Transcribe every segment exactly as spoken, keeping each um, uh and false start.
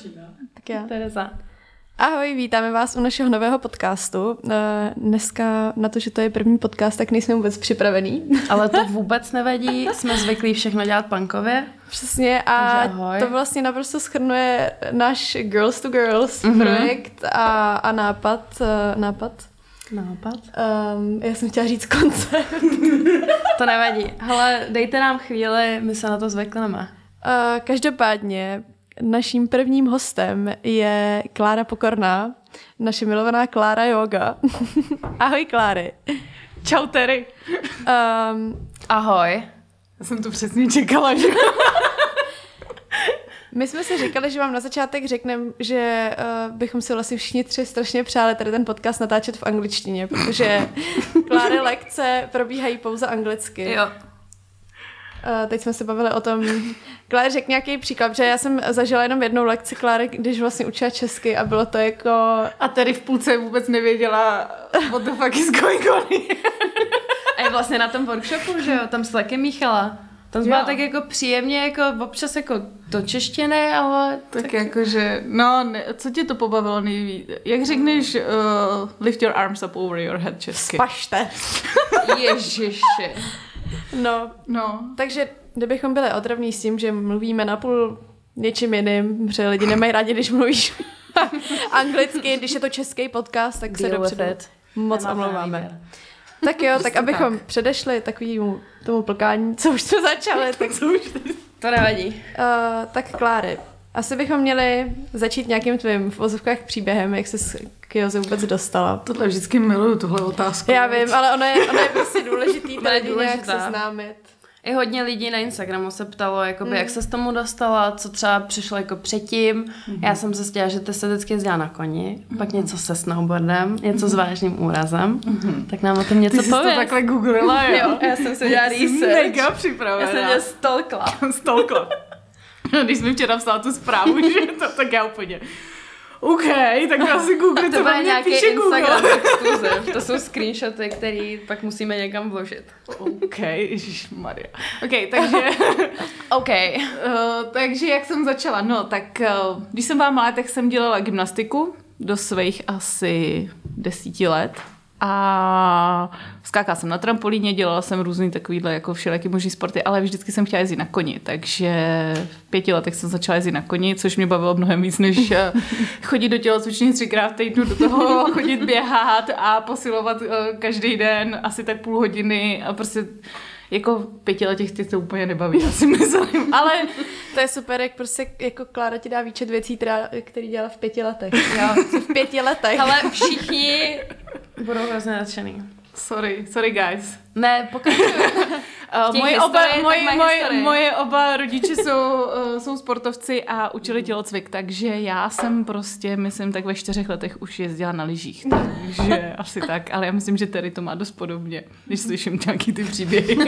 začíná. Tak já. Tereza. Ahoj, vítáme vás u našeho nového podcastu. Dneska na to, že to je první podcast, tak nejsme vůbec připravený. Ale to vůbec nevadí, jsme zvyklí všechno dělat punkově. Přesně a to vlastně naprosto shrnuje náš Girls to Girls mm-hmm. projekt a, a nápad. Nápad? Nápad? Um, já jsem chtěla říct koncept. To nevadí. Hele, dejte nám chvíli, my se na to zvykneme. Uh, každopádně naším prvním hostem je Klára Pokorná, naše milovaná Klára Yoga. Ahoj, Kláry. Čau, Terry. Um, Ahoj. Já jsem to přesně čekala, že... My jsme si říkali, že vám na začátek řekneme, že uh, bychom si vlastně všichni tři strašně přáli tady ten podcast natáčet v angličtině, protože Kláry lekce probíhají pouze anglicky. Jo. Uh, teď jsme se bavili o tom. Kláry, řekl nějaký příklad, protože já jsem zažila jenom jednou lekci Kláry, když vlastně učila česky a bylo to jako... A tady v půlce vůbec nevěděla, what the fuck is going on. A je vlastně na tom workshopu, že jo, tam se taky míchala. Tam byla tak jako příjemně, jako občas jako do češtiny, ale... Tak, tak... jakože, no, ne, co tě to pobavilo nejvíc? Jak řekneš uh, lift your arms up over your head česky? Spašte. Ježiši. No, no, takže kdybychom byli otravní s tím, že mluvíme napůl něčím jiným, protože lidi nemají rádi, když mluvíš anglicky, když je to český podcast, tak se dopředu moc omlouváme. Tak jo, tak abychom tak. předešli takovému tomu plkání, co už jsme začali, tak co už to nevadí. Uh, tak Kláry, asi bychom měli začít nějakým tvým v vozovkách příběhem, jak jsi k Joze vůbec dostala. Tohle vždycky miluju, tuhle otázku. Já vím, ale ono je, ono je prostě důležitý tady nějak seznámit. I hodně lidí na Instagramu se ptalo, jakoby, mm. jak se s tomu dostala, co třeba přišlo jako předtím. Mm. Já jsem se stěla, že ty se vždycky jezdila na koni, mm. pak něco se snowboardem, něco s vážným úrazem. Mm. Tak nám o tom něco pověz. Ty jsi to takhle googlila, jo? Jo, já jsem se dělala research. Mega připravená. Já jsem mě stalkla. Stalkla. Když jsem včera psala tu zprávu, že to, tak já úplně... OK, tak já si Google, co mě nějaký píše Instagram Google. exkluziv. To jsou screenshoty, které pak musíme někam vložit. OK, ježišmarja. OK, takže... OK. Uh, takže jak jsem začala? No, tak uh, když jsem byla malá, tak jsem dělala gymnastiku do svých asi desíti let. A skákala jsem na trampolíně, dělala jsem různý takovýhle jako všelijaký možný sporty, ale vždycky jsem chtěla jezdit na koni, takže v pěti letech jsem začala jezdit na koni, což mě bavilo mnohem víc, než chodit do tělocvičny třikrát v týdnu, do toho chodit běhat a posilovat každý den asi tak půl hodiny a prostě jako v pěti letech ty to úplně nebaví, já si myslím, ale... To je super, jak prostě jako Klára ti dá výčet věcí, který dělala v pěti letech. Jo, v pěti letech. Ale všichni budou hrozně nadšený. Sorry, sorry guys. Ne, pokračuj. Uh, moje, oba, moje, moje, moje oba rodiče jsou, uh, jsou sportovci a učili tělocvik, takže já jsem prostě, myslím, tak ve čtyřech letech už jezdila na lyžích, takže asi tak, ale já myslím, že Terry to má dost podobně, když slyším nějaký ty příběhy.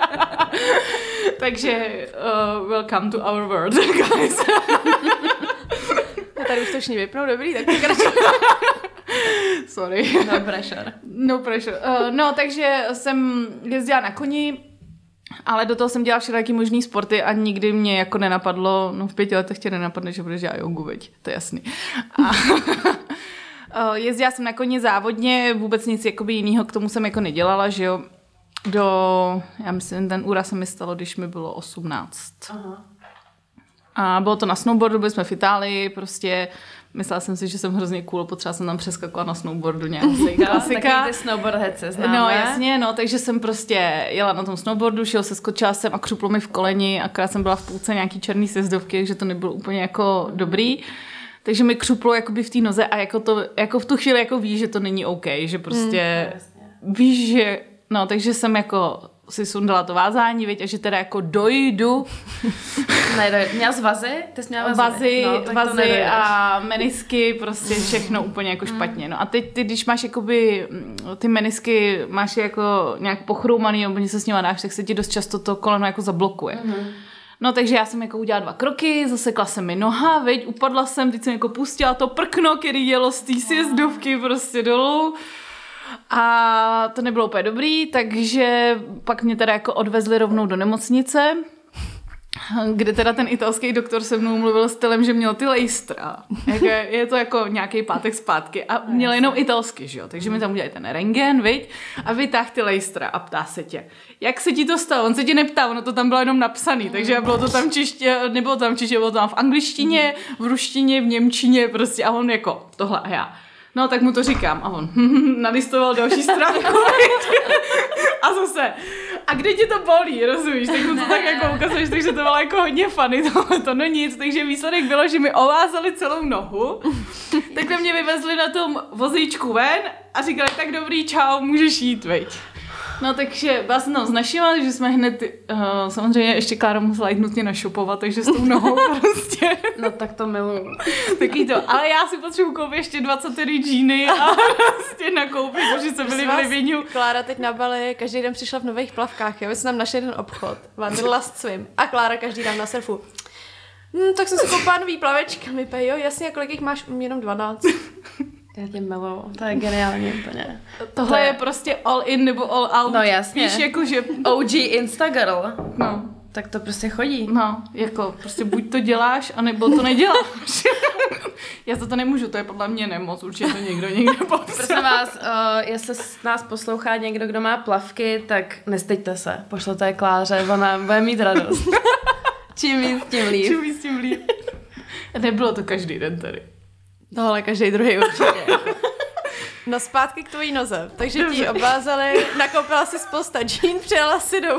Takže uh, welcome to our world, guys. A tady už to už vypnou, dobrý, tak pokračuj. Sorry. No pressure. No pressure. Uh, no, takže jsem jezdila na koni, ale do toho jsem dělala všelijaký možný sporty a nikdy mě jako nenapadlo, no v pěti letech tě nenapadne, že budeš dělat jogu, veď, to je jasný. A uh, jezdila jsem na koni závodně, vůbec nic jakoby jinýho k tomu jsem jako nedělala, že jo. Do, já myslím, ten úraz se mi stalo, když mi bylo osmnáct. Aha. A bylo to na snowboardu, byli jsme v Itálii, prostě myslela jsem si, že jsem hrozně cool, potřeba jsem tam přeskakla na snowboardu nějaký klasika. Takový ty snowboard headse známe. No jasně, no, takže jsem prostě jela na tom snowboardu, šel se, skočila jsem a křuplo mi v koleni, akorát jsem byla v půlce nějaký černý sjezdovky, takže to nebylo úplně jako dobrý. Takže mi křuplo jakoby v té noze a jako, to, jako v tu chvíli jako víš, že to není OK, že prostě mm, víš, že no, takže jsem jako si sundala to vázání, viď, a že teda jako dojdu. Ne, dojdu. Měla z vazy? Ty jsi měla vazy? Vazy, no, vazy a menisky, prostě všechno úplně jako špatně. No a teď ty, když máš jakoby ty menisky, máš je jako nějak pochroumaný, nebo něco s nima dáš, tak se ti dost často to koleno jako zablokuje. Mm-hmm. No takže já jsem jako udělala dva kroky, zasekla se mi noha, viď, upadla jsem, teď jsem jako pustila to prkno, který jelo z té sjezdovky prostě dolů. A to nebylo úplně dobrý, takže pak mě teda jako odvezli rovnou do nemocnice kde teda ten italský doktor se mnou mluvil stylem, že měl ty lejstra. Jako je to jako nějaký pátek zpátky a měl jenom italsky, že jo? Takže mi tam udělají ten rentgen, viď? A vytáh ty lejstra a ptá se tě, jak se ti to stalo? On se tě neptá, ono to tam bylo jenom napsaný, takže bylo to tam čeště, nebylo tam čeště, bylo to tam v angličtině, v ruštině, v němčině, prostě a on jako tohle a já. No, tak mu to říkám. A on nalistoval další stránku. A zase. A kde ti to bolí, rozumíš? Tak mu to tak jako ukazuješ, takže to bylo jako hodně funny. Tohle to no nic. Takže výsledek bylo, že mi ovázali celou nohu. Takhle mě vyvezli na tom vozíčku ven a říkali, tak dobrý, čau, můžeš jít, veď. No takže byla jsem tam s našima, že jsme hned, uh, samozřejmě ještě Klára musela jít nutně našopovat, takže s tou nohou prostě. No tak to miluju. Taky to, ale já si potřebuji koupit ještě dvacet džíny a prostě nakoupit, protože jsme byli v Liviňu. Klára teď na Bali každý den přišla v nových plavkách, jo, my jsme tam našli jeden obchod, Wanderlust Swim a Klára každý den na surfu. Hm, tak jsem si koupila nový plavečky, mi pej, jo, jasně, a kolik jich máš? Jenom dvanáct. Já tě miluju, to je geniální úplně. Tohle je... je prostě all in nebo all out. No jasně. Víš, jako že... O G Instagirl. No. Tak to prostě chodí. No, jako prostě buď to děláš, anebo to neděláš. Já za to nemůžu, to je podle mě nemoc, určitě to někdo někde popsal. Prosím vás, uh, jestli nás poslouchá někdo, kdo má plavky, tak nestejte se, pošlete je Kláře, ona bude mít radost. Čím víc, tím líp. Čím víc, tím líp. Nebylo to každý den tady. No, ale každý druhý určitě. No zpátky k tvojí noze. Takže ti obvázali, nakoupila si spousta džín, přijela si domů.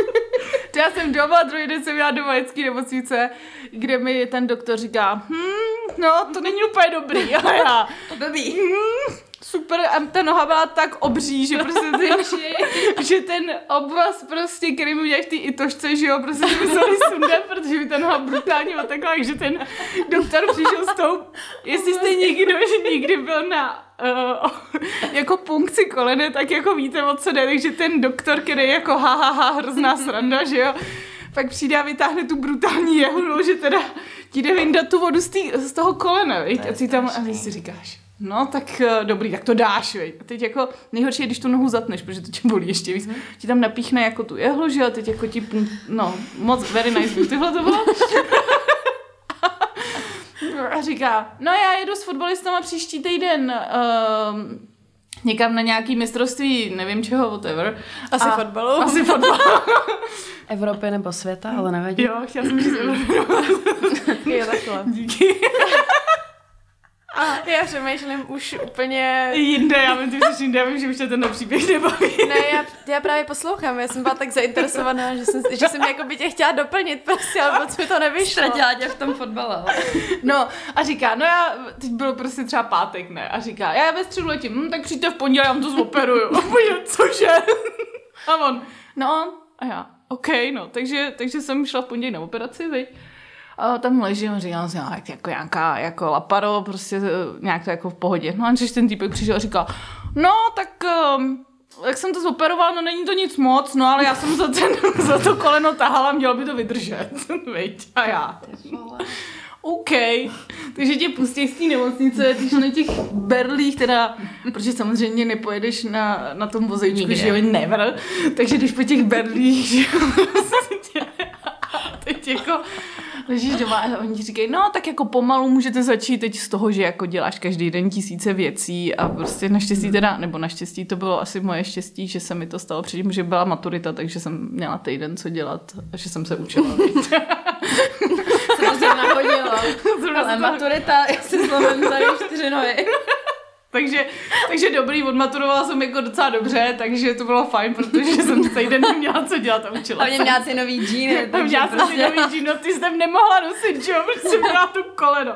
Já jsem doma, druhý den jsem jela do vojenské nemocnice, kde mi ten doktor říká, hm, no, to není úplně dobrý. A já, blbý. Hm, super, a ta noha byla tak obří, že prostě ten, že ten obvaz prostě, který mi uděláš v té itošce, že jo, prostě mi museli sundat, protože mi ta noha brutálně otekla, takže ten doktor přišel s tou, jestli jste někdo, že někdy byl na uh, jako punkci kolene, tak jako víte, o co jde, takže ten doktor, který je jako ha, ha, ha, hrozná sranda, že jo, pak přijde a vytáhne tu brutální jehlu, že teda ti jde vyndat tu vodu z, tý, z toho kolena, viď? A ty tam, a ty si říkáš, no tak dobrý, tak to dáš, viď? A teď jako nejhorší je, když tu nohu zatneš, protože to tě bolí ještě víc. Ti tam napíchne jako tu jehlu, že jo, teď jako ti, no, moc very nice beautiful to bylo. A říká, no já jedu s fotbalistama příští týden um, někam na nějaký mistrovství, nevím čeho, whatever. Asi a, fotbalu. Asi fotbalu. Evropy nebo světa, ale nevadí. Jo, chtěla jsem říct Evropy. Jo, takhle. Díky. A já přemýšlím už úplně... Jinde, já vím, ty jsi jinde, já vím, že už tě ten příběh nebaví. Ne, já, já právě poslouchám, já jsem byla tak zainteresovaná, že jsem, že jsem jako by tě chtěla doplnit prostě, ale moc mi to nevyšlo. Ztratila tě v tom fotbale. No a říká, no já, teď bylo prostě třeba pátek, ne, a říká, já ve středu letím, hm, tak přijďte v pondělí, já vám to zoperuju. A pojď, cože? A on, no, a já, OK, no, takže, takže jsem šla v pondělí na operaci, viď? A tam ležím a říkám si, no, jako nějaká jako laparo, prostě nějak to jako v pohodě. No a když ten týpek přišel a říkal, no tak um, jak jsem to zoperoval, no není to nic moc, no ale já jsem za, ten, za to koleno tahala, mělo by to vydržet, viď? A já. OK, takže tě pustí z té nemocnice, když na těch berlích teda, protože samozřejmě nepojedeš na, na tom vozejčku, že jo, never, takže když po těch berlích, že jo, teď jako ležíš doma a oni ti říkají, no tak jako pomalu můžete začít teď z toho, že jako děláš každý den tisíce věcí a prostě naštěstí teda, nebo naštěstí to bylo asi moje štěstí, že se mi to stalo předtím, že byla maturita, takže jsem měla týden co dělat a že jsem se učila. Se to nahodila. Ale maturita, já si slovem tady čtyři nohy. takže, takže dobrý, odmaturovala jsem jako docela dobře, takže to bylo fajn, protože jsem celý den neměla co dělat a učila. A mě měla ty nový džíny. A měla jsem si nový džín, no ty jsem nemohla nosit, že jo, protože jsem měla tu koleno.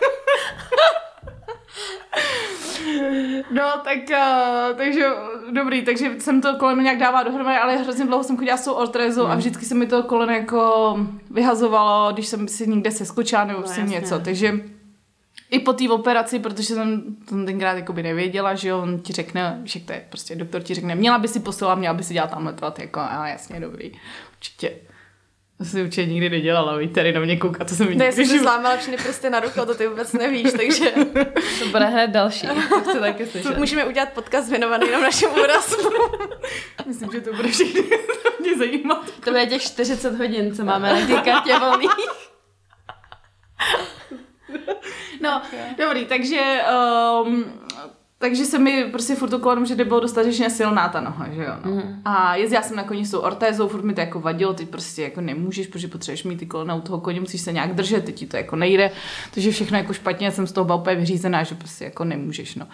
No, tak, uh, takže dobrý, takže jsem to koleno nějak dává dohromady, ale hrozně dlouho jsem chodila s tou ortrézou mm. a vždycky se mi to koleno jako vyhazovalo, když jsem si někde seskočila nebo no, prostě něco, takže i po té operaci, protože jsem, jsem tenkrát jakoby nevěděla, že jo, on ti řekne, že to je prostě, doktor ti řekne, měla by si posilovat, měla by si dělat tamhle to, jako, a jasně, dobrý, určitě. To si určitě nikdy nedělala, víš, tady na mě koukat, to jsem mi nikdy. Ne, já jsem si zlámala všechny prsty na ruku, to ty vůbec nevíš, takže... To bude hned další, to chci taky slyšet. Můžeme udělat podcast věnovaný jenom našemu úrazu. Myslím, že to bude všechny mě zajímat. To je těch čtyřicet hodin, co máme na té kartě volných. No, okay. Dobrý, takže um, takže se mi prostě furt okolo, že nebylo dostatečně silná ta noha, že jo, no. Mm. A jezdila jsem na koni s tou ortézou, furt mi to jako vadilo, teď prostě jako nemůžeš, protože potřebuješ mít ty kolena u toho koně, musíš se nějak držet, teď ti to jako nejde, takže všechno jako špatně, jsem z toho byla úplně vyřízená, že prostě jako nemůžeš, no.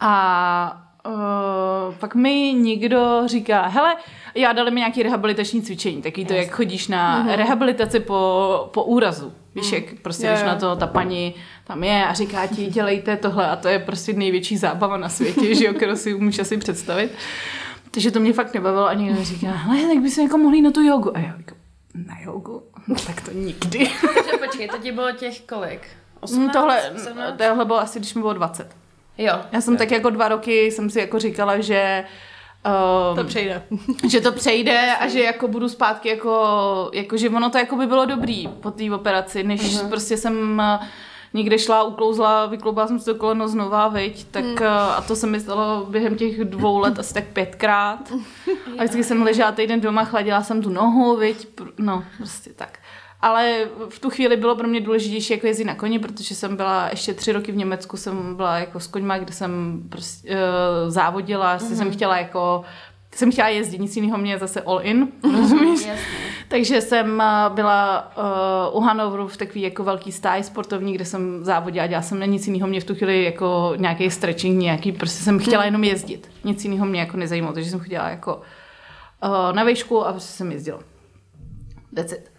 A Uh, pak mi někdo říká, hele, já dali mi nějaké rehabilitační cvičení, taky to, jak chodíš na mm-hmm. rehabilitaci po, po úrazu. Víš, mm. jak prostě jdeš na to, ta paní tam je a říká ti, dělejte tohle a to je prostě největší zábava na světě, že jo, kterou si umíš asi představit. Takže to mě fakt nebavilo a někdo říká, hele, tak bychom jako mohli na tu jogu. A já jako, na jogu? No, tak to nikdy. Takže počkej, to ti bylo těch kolik? osmnáct? Tohle, tohle bylo asi, když mi bylo dvacet. Jo. Já jsem jo. tak jako dva roky jsem si jako říkala, že um, to přejde. že to přejde a že jako budu zpátky jako, jako že ono to jako by bylo dobrý po té operaci, než uh-huh. prostě jsem někde šla, uklouzla, vykloubala jsem si to koleno znova, viď, tak uh. a to se mi stalo během těch dvou let asi tak pětkrát. A vždycky jsem ležela týden doma, chladila jsem tu nohu, viď, no prostě tak. Ale v tu chvíli bylo pro mě důležitější jako jezdit na koni, protože jsem byla ještě tři roky v Německu, jsem byla jako s koňma, kde jsem prostě, uh, závodila, mm-hmm. jsem chtěla jako, jsem chtěla jezdit, nic jiného mě zase all in, rozumíš? Jasně. Takže jsem byla uh, u Hanoveru v takový jako velký stáj sportovní, kde jsem závodila, dělala jsem na nic jiného, mě v tu chvíli jako nějaký stretching, nějaký, prostě jsem chtěla jenom jezdit, nic jiného mě jako nezajímalo, takže jsem chodila jako uh, na výšku a prostě jsem jezdila. That's it.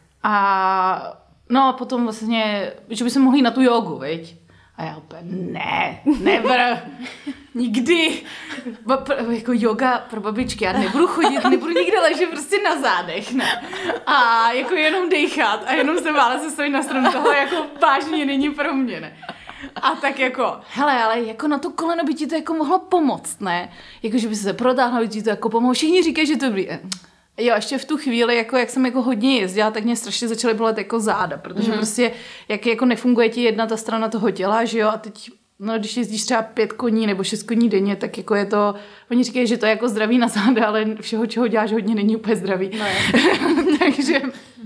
A no a potom vlastně, že by se mohli na tu jogu, viď? A já úplně, ne, never, nikdy. Ba, jako yoga pro babičky, já nebudu chodit, nebudu nikde ležet prostě na zádech, ne. A jako jenom dejchat a jenom se vále se stojí na stranu toho, jako vážně není pro mě, ne. A tak jako, hele, ale jako na to koleno by ti to jako mohlo pomoct, ne? Jako, že by se protáhla, by ti to jako pomohlo. Všichni říkají, že to je dobrý. Jo, ještě v tu chvíli, jako jak jsem jako hodně jezdila, tak mě strašně začaly bolet jako záda, protože mm. prostě jak jako nefunguje ti jedna ta strana toho těla, že jo, a teď, no když jezdíš třeba pět koní nebo šest koní denně, tak jako je to, oni říkají, že to je jako zdraví na záda, ale všeho, čeho děláš hodně, není úplně zdravý. No, takže,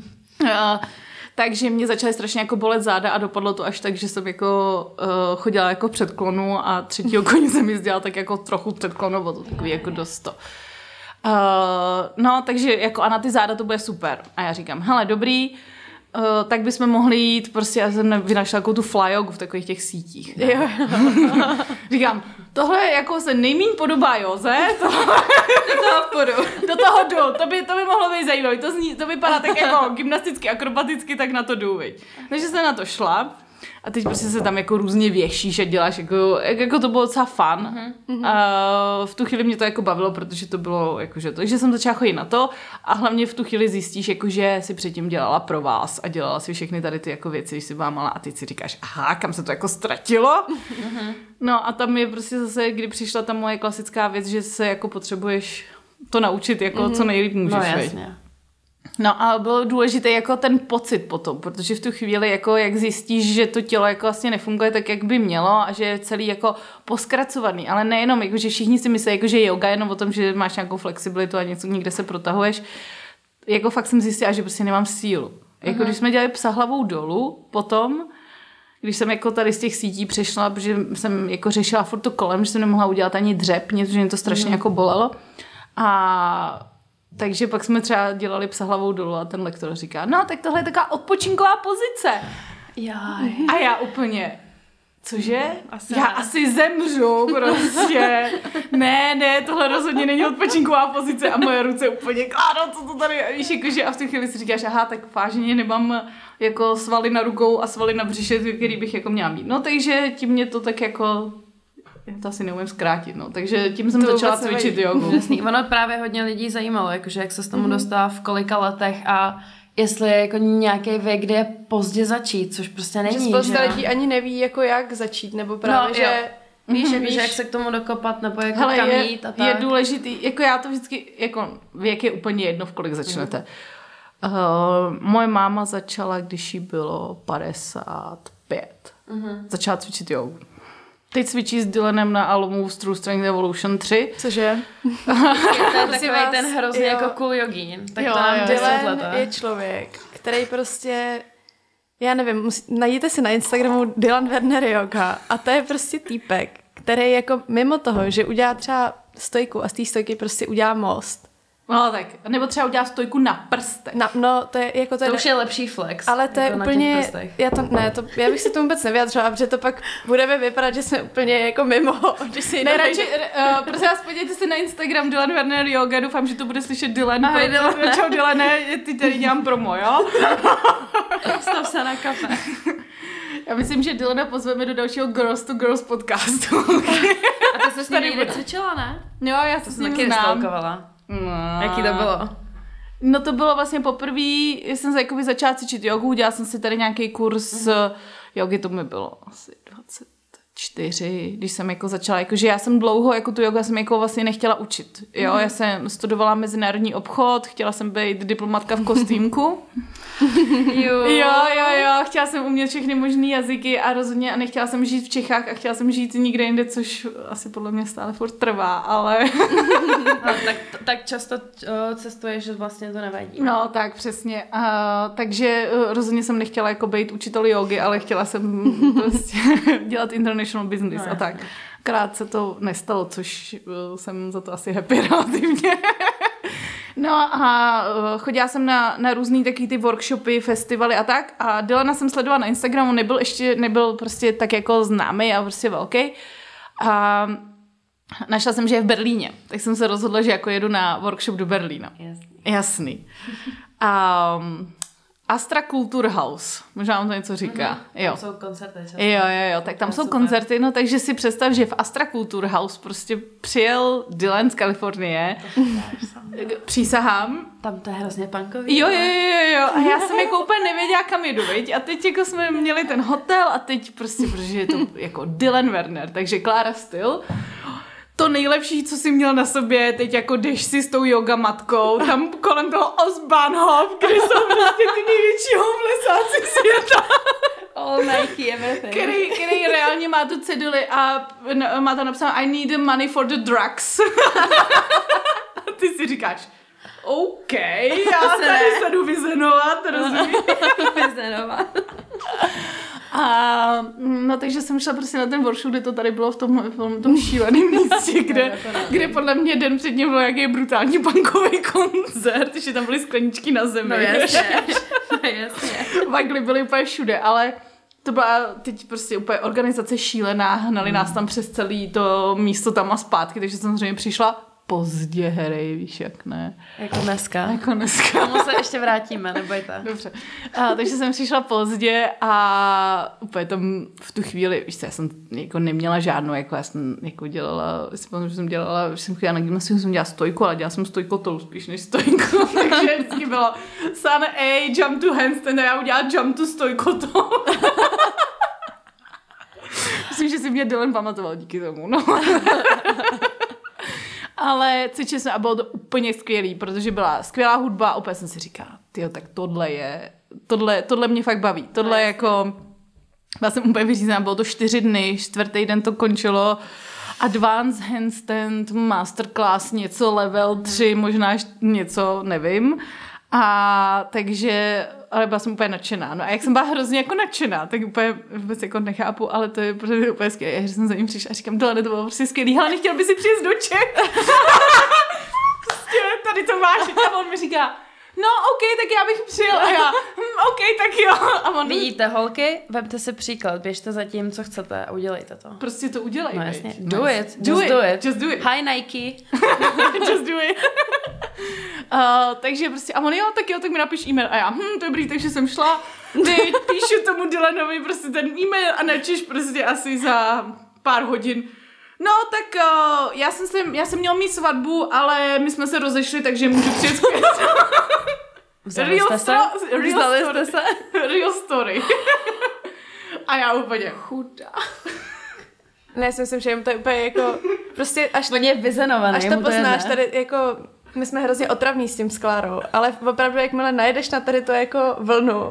a, takže mě začaly strašně jako bolet záda a dopadlo to až tak, že jsem jako uh, chodila jako předklonu a třetího koně jsem jezdila tak jako trochu předklonu, bylo to takový jako dost to. Uh, no, takže jako a na ty záda to bude super. A já říkám, hele, dobrý, uh, tak bychom mohli jít, prostě já jsem vynašla jako tu flyogu v takových těch sítích. Říkám, tohle jako se nejmíň podobá Joze, tohle, do toho půjdu. Do toho jdu, to by, to by mohlo být zajímavé, to, zní, to vypadá tak jako gymnasticky, akrobaticky, tak na to jdu, viď. Takže jsem na to šla. A teď prostě se tam jako různě věšíš a děláš jako, jako to bylo docela fun. Mm-hmm. A v tu chvíli mě to jako bavilo, protože to bylo jakože to, že jsem začala chodit na to a hlavně v tu chvíli zjistíš, jakože si předtím dělala pro vás a dělala si všechny tady ty jako věci, když si byla malá a teď si říkáš, aha, kam se to jako ztratilo? Mm-hmm. No a tam je prostě zase, kdy přišla ta moje klasická věc, že se jako potřebuješ to naučit jako mm-hmm. co nejlíp můžeš. No jasně. No a bylo důležité jako ten pocit potom, protože v tu chvíli jako jak zjistíš, že to tělo jako vlastně nefunguje tak, jak by mělo a že je celý jako poskracovaný, ale nejenom, jako, že všichni si myslí, jako, že yoga je jenom o tom, že máš nějakou flexibilitu a něco, někde se protahuješ. Jako fakt jsem zjistila, že prostě nemám sílu. Jako uh-huh. když jsme dělali psa hlavou dolů potom, když jsem jako tady z těch sítí přešla, protože jsem jako řešila furt to kolem, že jsem nemohla udělat ani dřep, něco, že mě to strašně uh-huh. jako bolelo. A takže pak jsme třeba dělali psa hlavou dolů a ten lektor říká, no tak tohle je taková odpočinková pozice. Jaj. A já úplně, cože? Asi já ne. asi zemřu prostě. Ne, ne, tohle rozhodně není odpočinková pozice a moje ruce úplně, Kláro, co to tady je? Víš, jakože a v té chvíli si říkáš, aha, tak vážně nemám jako svaly na rukou a svaly na břiše, který bych jako měla mít. No takže tím mě to tak jako... Já to asi neumím zkrátit, no. Takže tím jsem to začala cvičit jogu. Jasný. Ono právě hodně lidí zajímalo, jakože jak se s tomu mm-hmm. dostala v kolika letech a jestli je jako nějaký věk, kde je pozdě začít, což prostě není. Že spousta lidí ani neví, jako jak začít, nebo právě, no, že... Víš, mm-hmm. víš, jak se k tomu dokopat, nebo jako hele, kam je, jít a tak. Je důležitý, jako já to vždycky, jako věk je úplně jedno, v kolik začnete. Mm. Uh, moje máma začala, když jí bylo padesát pět. Mm-hmm. Začala cvičit jogu. teď cvičí s Dylanem na albumu True Strength Evolution tři. Cože? Je to takový vás, ten hrozně jo. jako cool jogín. Tak jo, to nám Dylan je člověk, který prostě, já nevím, musí, najděte si na Instagramu Dylan Werner Yoga a to je prostě týpek, který jako mimo toho, že udělá třeba stojku a z té stojky prostě udělá most. No tak, nebo třeba udělá stojku na prstech. Na, no, to je jako to, to je, už je lepší flex. Ale to jako je úplně, já to, ne, to, já bych si to vůbec nevyjadřila, protože to pak budeme vypadat, že jsme úplně jako mimo. Když si ne, radši, uh, prosím vás, podívejte se na Instagram Dylan Werner Yoga, doufám, že to bude slyšet Dylan. Ahoj, Dylan. Čau, Dylane, ty tady dělám promo, jo? Stav se na kafe. Já myslím, že Dylana pozveme do dalšího Girls to Girls podcastu. A to jsi s ním někdy cvičila, ne? Jo, já se s ním znám. No. Jaký to bylo? No to bylo vlastně poprvé, jsem jakoby začala cvičit jogu, udělala jsem si tady nějaký kurz mm-hmm. jogy, to mi bylo asi dvacet čtyři, když jsem jako začala, jakože já jsem dlouho jako tu jogu, já jsem jako vlastně nechtěla učit, jo, mm-hmm. já jsem studovala mezinárodní obchod, chtěla jsem být diplomatka v kostýmku. jo. jo, jo, jo, chtěla jsem umět všechny možný jazyky a rozhodně a nechtěla jsem žít v Čechách a chtěla jsem žít nikde jinde, což asi podle mě stále furt trvá, ale... no, tak, tak často uh, cestuješ, že vlastně to nevadí. No, tak přesně. Uh, takže uh, rozhodně jsem nechtěla jako být učitel jogy, ale chtěla jsem prostě dělat international business no, a tak. Krát se to nestalo, což uh, jsem za to asi happy relativně. No a uh, chodila jsem na, na různý taky ty workshopy, festivaly a tak a Dylana jsem sledovala na Instagramu, nebyl ještě, nebyl prostě tak jako známý a prostě velký a našla jsem, že je v Berlíně, tak jsem se rozhodla, že jako jedu na workshop do Berlína. Jasný. Jasný. A um, Astra Kulturhaus, možná vám to něco říká. Mm-hmm. Jo. Tam jsou koncerty. Často. Jo, jo, jo, tak tam jsou super. Koncerty, no takže si představ, že v Astra Kulturhaus prostě přijel Dylan z Kalifornie. Přísahám. Tam to je hrozně punkový. Jo, jo, jo, jo. A já jsem jako úplně nevěděla, kam jedu, viď? A teď jako jsme měli ten hotel a teď prostě, protože je to jako Dylan Werner, takže Klára Styl. To nejlepší, co jsi měl na sobě, teď jako jdeš si s tou yoga matkou, tam kolem toho Osbahnhof, kde jsou prostě ty největší homelessáci světa. All Nike, everything. Který, který reálně má tu ceduli a má tam napsáno I need the money for the drugs. A ty si říkáš, OK, já se tady se jdu vyzenovat, rozumíš? Vyzenovat. A no takže jsem šla prostě na ten workshop, kde to tady bylo v tom, v tom šíleném místě, kde, kde podle mě den předtím byl nějaký brutální punkový koncert, že tam byly skleničky na zemi. No jasně, no jasně. Vagly byly úplně všude, ale to byla teď prostě úplně organizace šílená, hnali mm. nás tam přes celý to místo tam a zpátky, takže samozřejmě přišla pozdě, herej, víš jak ne. Jako dneska. Jako dneska. Tomu se ještě vrátíme, nebojte. Dobře. A, takže jsem přišla pozdě a úplně tam v tu chvíli, víš co, já jsem jako neměla žádnou, jako já jsem jako dělala, si pamatuju, že jsem dělala, že jsem chodila na gymnastiku, jsem dělala stojku, ale dělala jsem stojkotou spíš než stojku, takže vždycky bylo Sun A, jump to handstand a já udělala jump to stojkotou. Myslím, že si mě Dylan pamatoval díky tomu, no. Ale cvičili jsme a bylo to úplně skvělý, protože byla skvělá hudba a opět jsem si říkala, tyjo, tak tohle je, tohle, tohle mě fakt baví, tohle je jako, byla jsem úplně vyřízená, bylo to čtyři dny, čtvrtý den to končilo, advanced handstand, masterclass, něco level tři, možná něco, nevím. A takže, ale byla jsem úplně nadšená. No a jak jsem byla hrozně jako nadšená, tak úplně vůbec jako nechápu, ale to je prostě úplně skvělé. Já jsem za ním přišla a říkám, tohle to bylo prostě skvělý, ale nechtěl by si přijet do Čech. Prostě tady to máš. A on mi říká, no OK, tak já bych přijel. A já, hm, OK, tak jo. A on... Vidíte, holky, vemte si příklad, běžte za tím, co chcete a udělejte to. Prostě to udělej. No jasně, no, do it, do just it. do it. Just do it. Hi Nike. Just do it. Uh, takže prostě, a on jo, tak jo, tak mi napiš e-mail. A já, hm, dobrý, takže jsem šla, teď píšu tomu Dylanovi prostě ten e-mail a načeš prostě asi za pár hodin. No, tak uh, já, jsem se, já jsem měla mít svatbu, ale my jsme se rozešli, takže můžu přijet zpět. Vzali jste se? Vzali jste se? Real story. A já úplně chudá. Ne, já si myslím, že jim to je úplně jako, prostě až, on je vyzenovaný, až to poznáš, tady jako, my jsme hrozně otravní s tím s Klárou, ale opravdu, jakmile najedeš na tady to jako vlnu,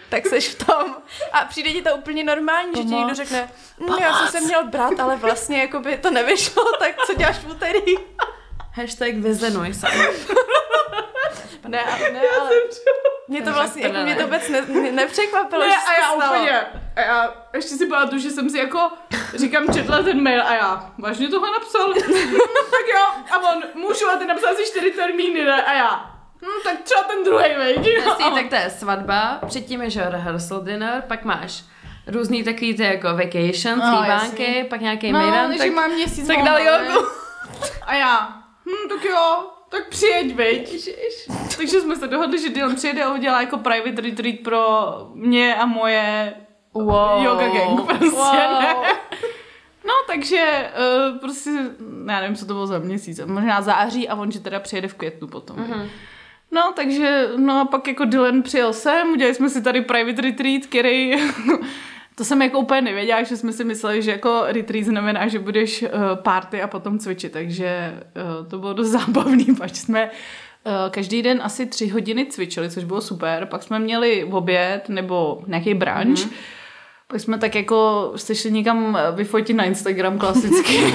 tak seš v tom a přijde ti to úplně normální, Pomoc. Že ti někdo řekne, hm, já jsem se měl brát, ale vlastně jako by to nevyšlo, tak co děláš v úterý? Hashtag vyzenuj se. Ne, ne, ale mě to vlastně, jako mě to vůbec ne, ne, nepřekvapilo, ne, že a já stalo. Úplně, a já ještě si pamatuju, že jsem si jako, říkám, četla ten mail a já, vážně tohle napsal? Tak jo, a on, můžu, a ty napsal si čtyři termíny, ne? A já, hm, tak třeba ten druhej, veď? Jasný, tak to je svatba, předtím je, že rehearsal dinner, pak máš různý takový ty jako vacation, slíbánky, no, pak nějaký no, mejdan, tak, mám měsíc tak dal jogu. A já, hm, tak jo, tak přijeď, veď. Ježiš. Takže jsme se dohodli, že Dylan přijede a udělá jako private retreat pro mě a moje wow. yoga gang, prostě, wow. ne? No, takže uh, prostě, já nevím, co to bylo za měsíc, možná září a on, že teda přijede v květnu potom. Mm-hmm. No, takže, no a pak jako Dylan přijel sem, udělali jsme si tady private retreat, který... To jsem jako úplně nevěděla, že jsme si mysleli, že jako retreat znamená, že budeš uh, party a potom cvičit, takže uh, to bylo dost zábavný, pač jsme uh, každý den asi tři hodiny cvičili, což bylo super, pak jsme měli oběd nebo nějaký brunch, mm-hmm. pak jsme tak jako se šli někam vyfotit na Instagram klasicky.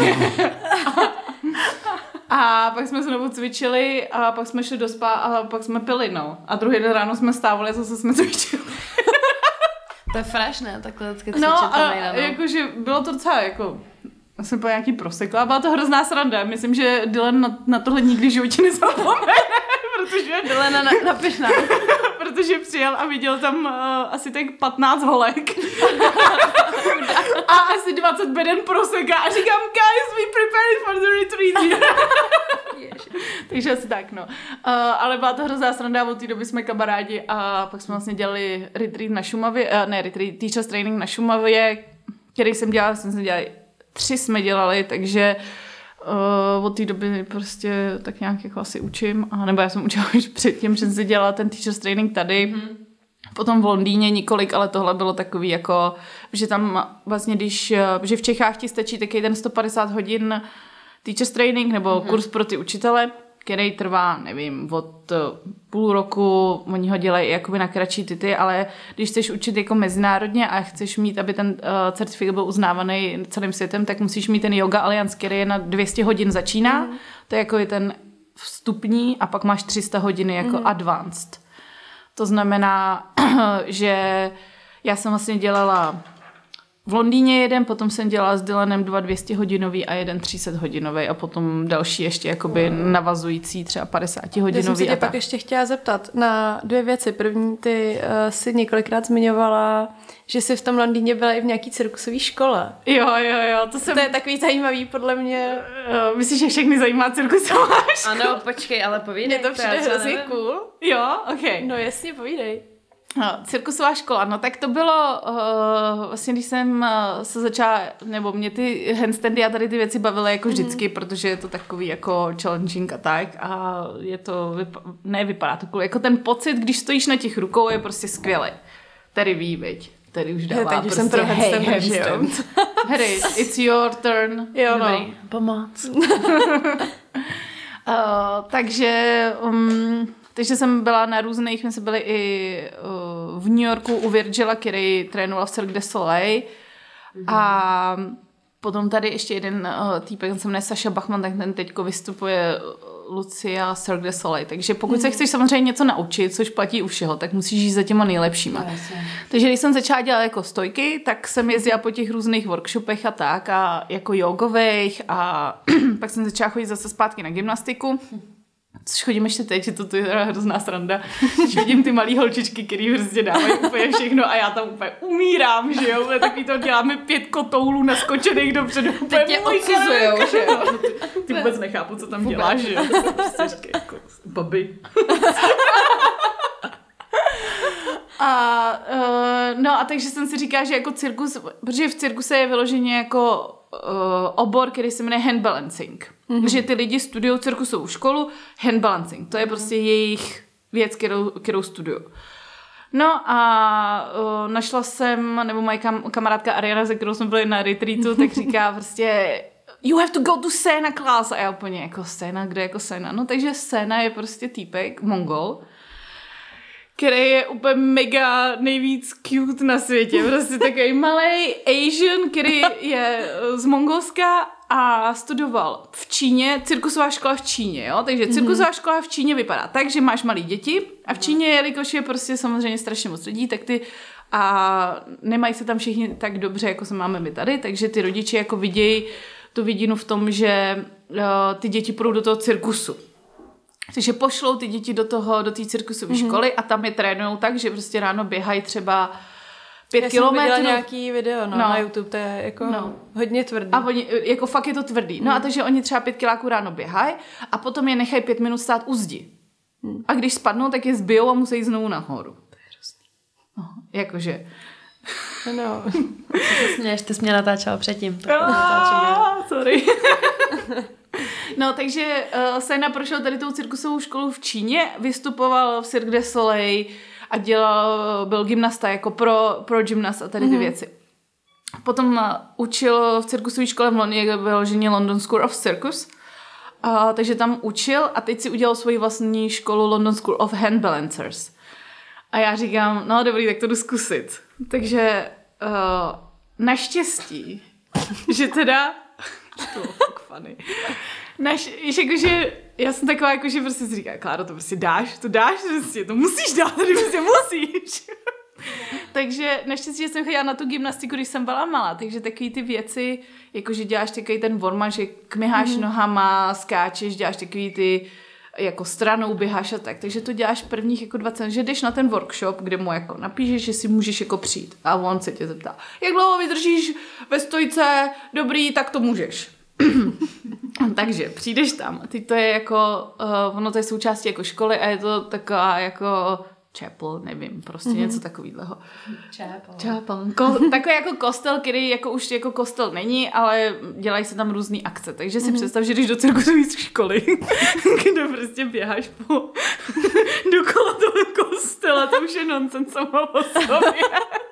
A pak jsme znovu cvičili a pak jsme šli do spa a pak jsme pili, no. A druhý den ráno jsme stávali a zase jsme cvičili. To je fresh, ne? Takhle vždycky cvičit no, to nejde, no. Jakože bylo to docela jako, já jsem po nějaký prosekla a byla to hrozná sranda. Myslím, že Dylan na, na tohle nikdy v životě nezapomene, protože... Dylan na, napiš nám. Protože přijel a viděl tam uh, asi tak patnáct holek. A asi dvacet beden proseka a říkám, guys, we prepared for the retreat. Takže asi tak, no. Uh, ale byla to hrozná sranda, od té doby jsme kamarádi a pak jsme vlastně dělali retreat na Šumavě, uh, ne, retreat, teachers training na Šumavě, který jsem dělala, jsem se dělali, tři jsme dělali, takže uh, od té doby prostě tak nějak jako asi učím, a nebo já jsem učila už předtím, že jsem si dělala ten teachers training tady, mm-hmm. Potom v Londýně několik, ale tohle bylo takový jako, že tam vlastně, když, že v Čechách ti stačí taky ten sto padesát hodin teachers training nebo mm-hmm. kurz pro ty učitele, který trvá, nevím, od půl roku, oni ho dělají jakoby na kratší tity, ale když chceš učit jako mezinárodně a chceš mít, aby ten uh, certifikát byl uznávaný celým světem, tak musíš mít ten Yoga Alliance, který je na dvě stě hodin začíná, mm. to je jako je ten vstupní a pak máš tři sta hodiny jako mm. advanced. To znamená, že já jsem vlastně dělala v Londýně jeden, potom jsem dělala s Dylanem dva dvě stě hodinový a jeden tři sta hodinový a potom další ještě jakoby navazující třeba padesát hodinový. Já jsem se tě a pak tak. ještě chtěla zeptat na dvě věci. První, ty uh, si několikrát zmiňovala, že jsi v tom Londýně byla i v nějaký cirkusové škole. Jo, jo, jo. To, jsem... to je takový zajímavý podle mě. Uh, myslíš, že všechny zajímá cirkusová škola? Ano, počkej, ale povídej. Mně to přijde hrozně cool. Jo, ok. No jasně, povídej. No, cirkusová škola, no tak to bylo uh, vlastně, když jsem uh, se začala, nebo mě ty handstandy a tady ty věci bavily jako vždycky, mm. protože je to takový jako challenging a tak a je to, vypa- ne vypadá to cool, jako ten pocit, když stojíš na těch rukou, je prostě skvělý. Tady ví, veď. Tady už dává Teď prostě jsem pro handstand, hey, že jo. Harry, it's your turn. Jo, no. Dobrý, pomoc. uh, takže... Um, Takže jsem byla na různých, my jsme byli i uh, v New Yorku u Virgila, který trénoval v Cirque du Soleil. Mm-hmm. A potom tady ještě jeden uh, týpek, se jmenuje Saša Bachman, tak ten teďko vystupuje Lucia Cirque du Soleil. Takže pokud mm-hmm. se chceš samozřejmě něco naučit, což platí u všeho, tak musíš jít za těma nejlepšíma. No, takže když jsem začala dělat jako stojky, tak jsem jezdila po těch různých workshopech a tak, a jako jogových, a pak jsem začala chodit zase zpátky na gymnastiku. Což chodím ještě teď, že to, to je hrozná sranda, že vidím ty malý holčičky, který prostě dávají úplně všechno a já tam úplně umírám, že jo, takový to děláme pět kotoulů naskočených dopředu. Teď tě odsuzujou, že jo. No, ty, ty vůbec nechápu, co tam děláš, že jo. Prostě říkaj, jako babi. A, uh, no a takže jsem si říkala, že jako cirkus, protože v cirkuse je vyloženě jako uh, obor, který se jmenuje hand balancing. Mm-hmm. Že ty lidi studují cirkusovou školu, hand balancing. To je prostě jejich věc, kterou, kterou studují. No a uh, našla jsem, nebo moje kam, kamarádka Ariana, se kterou jsme byli na retreatu, tak říká prostě you have to go to Sena class. A já úplně jako Sena, kde jako Sena? No takže Sena je prostě týpek, Mongol, který je úplně mega nejvíc cute na světě. Prostě takový malej Asian, který je z Mongolska a studoval v Číně, cirkusová škola v Číně, jo? Takže cirkusová mm-hmm. škola v Číně vypadá tak, že máš malý děti a v Číně, jelikož je prostě samozřejmě strašně moc lidí, tak ty a nemají se tam všichni tak dobře, jako se máme my tady, takže ty rodiče jako vidějí tu vidinu v tom, že uh, ty děti půjdou do toho cirkusu. Takže pošlou ty děti do toho, do té cirkusové mm-hmm. školy a tam je trénujou tak, že prostě ráno běhají třeba pět kilometrů. Já jsem viděla nějaký video no, no. na YouTube, to je jako no. hodně tvrdý. A oni, jako fakt je to tvrdý. No mm. a takže oni třeba pět kiláků ráno běhají a potom je nechají pět minut stát u zdi. Mm. A když spadnou, tak je zbijou a musí jít znovu nahoru. To je hrozný. No, jakože... No, co ty směješ, ty jsi mě natáčela předtím. Ah, sorry. No, takže uh, Sena prošel tady tou cirkusovou školu v Číně, vystupoval v Cirque du Soleil a dělal, byl gymnasta jako pro, pro gymnast a tady ty mm-hmm. věci. Potom uh, učil v cirkusové škole v Londýně, vyloženě London School of Circus, uh, takže tam učil a teď si udělal svoji vlastní školu London School of Hand Balancers. A já říkám, no dobrý, tak to jdu zkusit. Takže uh, naštěstí, že teda, to bylo fakt funny, Naš, jakože, já jsem taková, jakože prostě si říká, Kláro, to prostě dáš, to dáš, prostě, to musíš dát, tady prostě musíš. Takže naštěstí, že jsem chodila na tu gymnastiku, když jsem byla malá, takže takový ty věci, jakože děláš takový ten vorma, že kmiháš mm-hmm. nohama, skáčeš, děláš takový ty jako stranou běháš a tak, takže to děláš prvních jako dvacet, že jdeš na ten workshop, kde mu jako napíšeš, že si můžeš jako přijít a on se tě zeptá, jak dlouho vydržíš ve stojce, dobrý, tak to můžeš. Takže přijdeš tam a teď to je jako, uh, ono to je součástí jako školy a je to taková jako chapel, nevím, prostě mm-hmm. něco takového. Chapel. Chapel. Ko- takový jako kostel, který jako už jako kostel není, ale dělají se tam různý akce. Takže si mm-hmm. představ, že jdeš do cirkusové školy, kde prostě běháš po dokola toho kostela, to už je nonsens samo o sobě.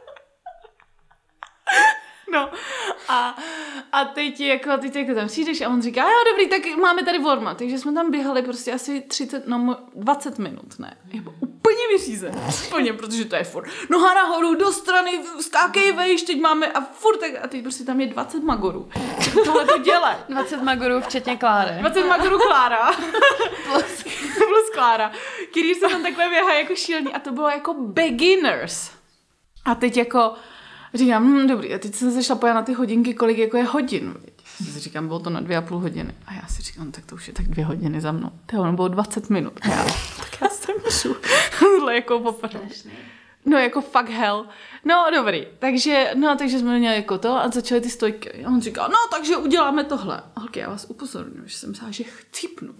No a, a teď, jako, teď jako tam přijdeš a on říká, jo dobrý, tak máme tady vorma. Takže jsme tam běhali prostě asi třicet, no dvacet minut, ne. Jako úplně vyřízen. Úplně, protože to je furt. Noha nahoru, do strany, skákej vejš, teď máme a furt tak, a teď prostě tam je dvacet magorů. Tohle to dělá. dvacet magorů včetně Kláry. dvacet magorů Klára. plus, plus Klára. Který se tam takhle běhá jako šílený a to bylo jako beginners. A teď jako říkám, hm, dobrý, a teď jsem se šla pojat na ty hodinky, kolik jako je hodin. Já si říkám, bylo to na dvě a půl hodiny. A já si říkám, tak to už je tak dvě hodiny za mnou. To ono bylo dvacet minut. A já, tak já se můžu. Tohle jako poprvé. No jako fuck hell. No dobrý, takže, no takže jsme měli jako to a začaly ty stojky. A on říká, no takže uděláme tohle. Holky, já vás upozorňuji, že jsem myslela, že chcípnu.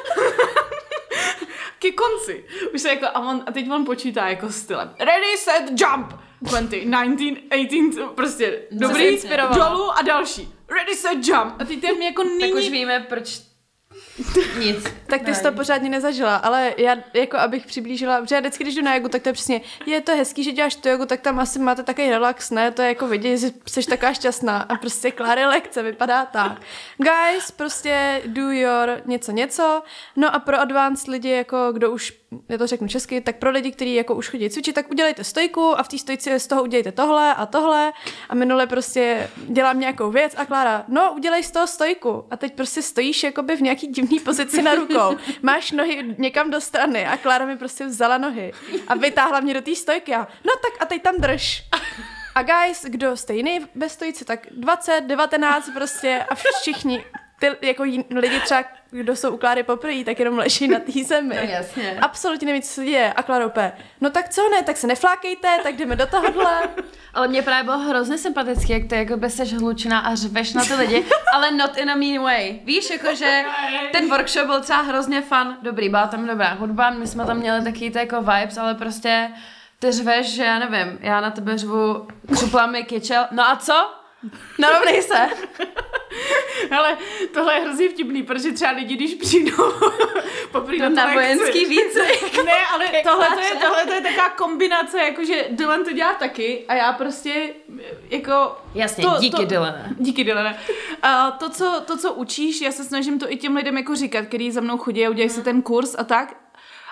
Ke konci. Už se jako, a, on, a teď on počítá jako stylem. Ready, set, jump. dvacet, devatenáct, osmnáct, prostě dobrý, dolů a další. Ready, set, jump. A teď tam jako není... Tak už víme, proč nic. Tak ty jsi to pořádně nezažila, ale já jako abych přiblížila, protože já vždycky, když jdu na jogu, tak to je přesně, je to hezký, že děláš tu jogu, tak tam asi máte takový relax, ne? To je jako vidět, že jsi taková šťastná a prostě Kláry lekce vypadá tak. Guys, prostě do your něco něco, no a pro advanced lidi, jako kdo už, já to řeknu česky, tak pro lidi, kteří jako už chodí cvičit, tak udělejte stojku a v té stojce z toho udělejte tohle a tohle a minule prostě dělám nějakou věc a Klára, no udělej z toho stojku a teď prostě stojíš jakoby v nějaký divný pozici na rukou. Máš nohy někam do strany a Klára mi prostě vzala nohy a vytáhla mě do té stojky a no tak a teď tam drž. A guys, kdo jste jiný ve stojici, tak dvacet, devatenáct prostě a všichni ty jako jí, lidi třeba, kdo jsou u Kláry poprvé, tak jenom leží na té zemi. No, jasně. Absolutně neví, co se děje. A Klára opět, no tak co ne, tak se neflákejte, tak jdeme do tohohle. Ale mě právě bylo hrozně sympatický, jak ty jako by seš hlučná a řveš na ty lidi, ale not in a mean way. Víš, jakože ten workshop byl třeba hrozně fun, dobrý, byla tam dobrá hudba, my jsme tam měli taky ty jako vibes, ale prostě ty řveš, že já nevím, já na tebe řvu, křupla mi kyčel, no a co? Narovnej se. Ale tohle je hrozně vtipný, protože třeba lidi, když přijdou poprvé na, na vojenský výcvik. Ne, ale tohle to je, tohle to je taková kombinace, jakože Dylan to dělá taky a já prostě jako... Jasně, to, díky to, Dylane. Díky Dylane. A to co, to, co učíš, já se snažím to i těm lidem jako říkat, který za mnou chodí a udělají si ten kurz a tak.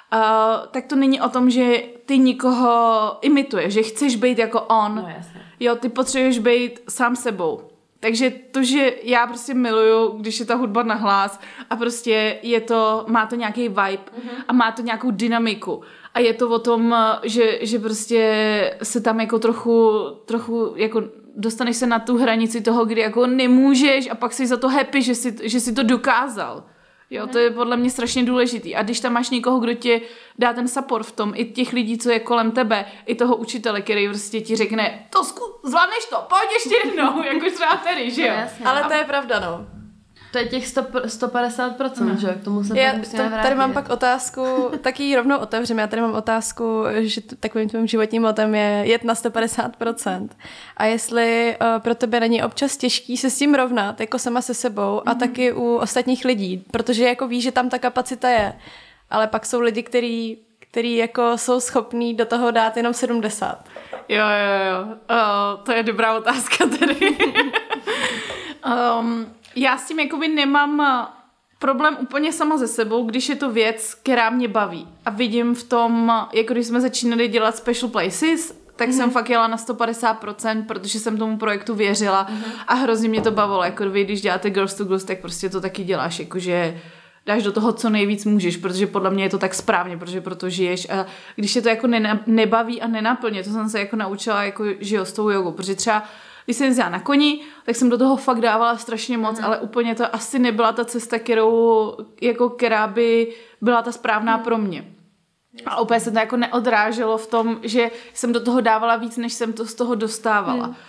Uh, tak to není o tom, že ty nikoho imituješ, že chceš být jako on. No, jasně. Jo, ty potřebuješ být sám sebou. Takže to, že já prostě miluju, když je ta hudba na hlas a prostě je to, má to nějaký vibe mm-hmm. a má to nějakou dynamiku. A je to o tom, že, že prostě se tam jako trochu, trochu jako dostaneš se na tu hranici toho, kdy jako nemůžeš a pak jsi za to happy, že jsi, že jsi to dokázal. Jo, to je podle mě strašně důležitý. A když tam máš někoho, kdo ti dá ten support v tom, i těch lidí, co je kolem tebe, i toho učitele, který prostě ti řekne, to zku- zvládneš to, pojď ještě jednou, jako třeba tady, že jo? No, ale to je pravda, no. To je těch sto padesát procent, mm. že jo? K tomu se já, pak musíme to, vrátit. Tady mám pak otázku, tak ji rovnou otevřeme. Já tady mám otázku, že t- takovým tvým životním motem je jet na sto padesát procent. A jestli uh, pro tebe není občas těžký se s tím rovnat, jako sama se sebou mm. a taky u ostatních lidí, protože jako víš, že tam ta kapacita je, ale pak jsou lidi, který, který jako jsou schopní do toho dát jenom sedmdesát. Jo, jo, jo. Uh, to je dobrá otázka tady. um, Já s tím jakoby nemám problém úplně sama ze sebou, když je to věc, která mě baví. A vidím v tom, jako když jsme začínali dělat Special Places, tak mm-hmm. jsem fakt jela na sto padesát procent, protože jsem tomu projektu věřila mm-hmm. a hrozně mě to bavilo. Jako vy, když děláte Girls to Girls, tak prostě to taky děláš, jakože dáš do toho, co nejvíc můžeš, protože podle mě je to tak správně, protože proto žiješ. A když se to jako nena, nebaví a nenaplně, to jsem se jako naučila, jako, že jo, s tou jogou, protože třeba když jsem jezdila na koni, tak jsem do toho fakt dávala strašně moc, mm. ale úplně to asi nebyla ta cesta, kterou, jako která by byla ta správná mm. pro mě. A úplně se to jako neodráželo v tom, že jsem do toho dávala víc, než jsem to z toho dostávala. Mm.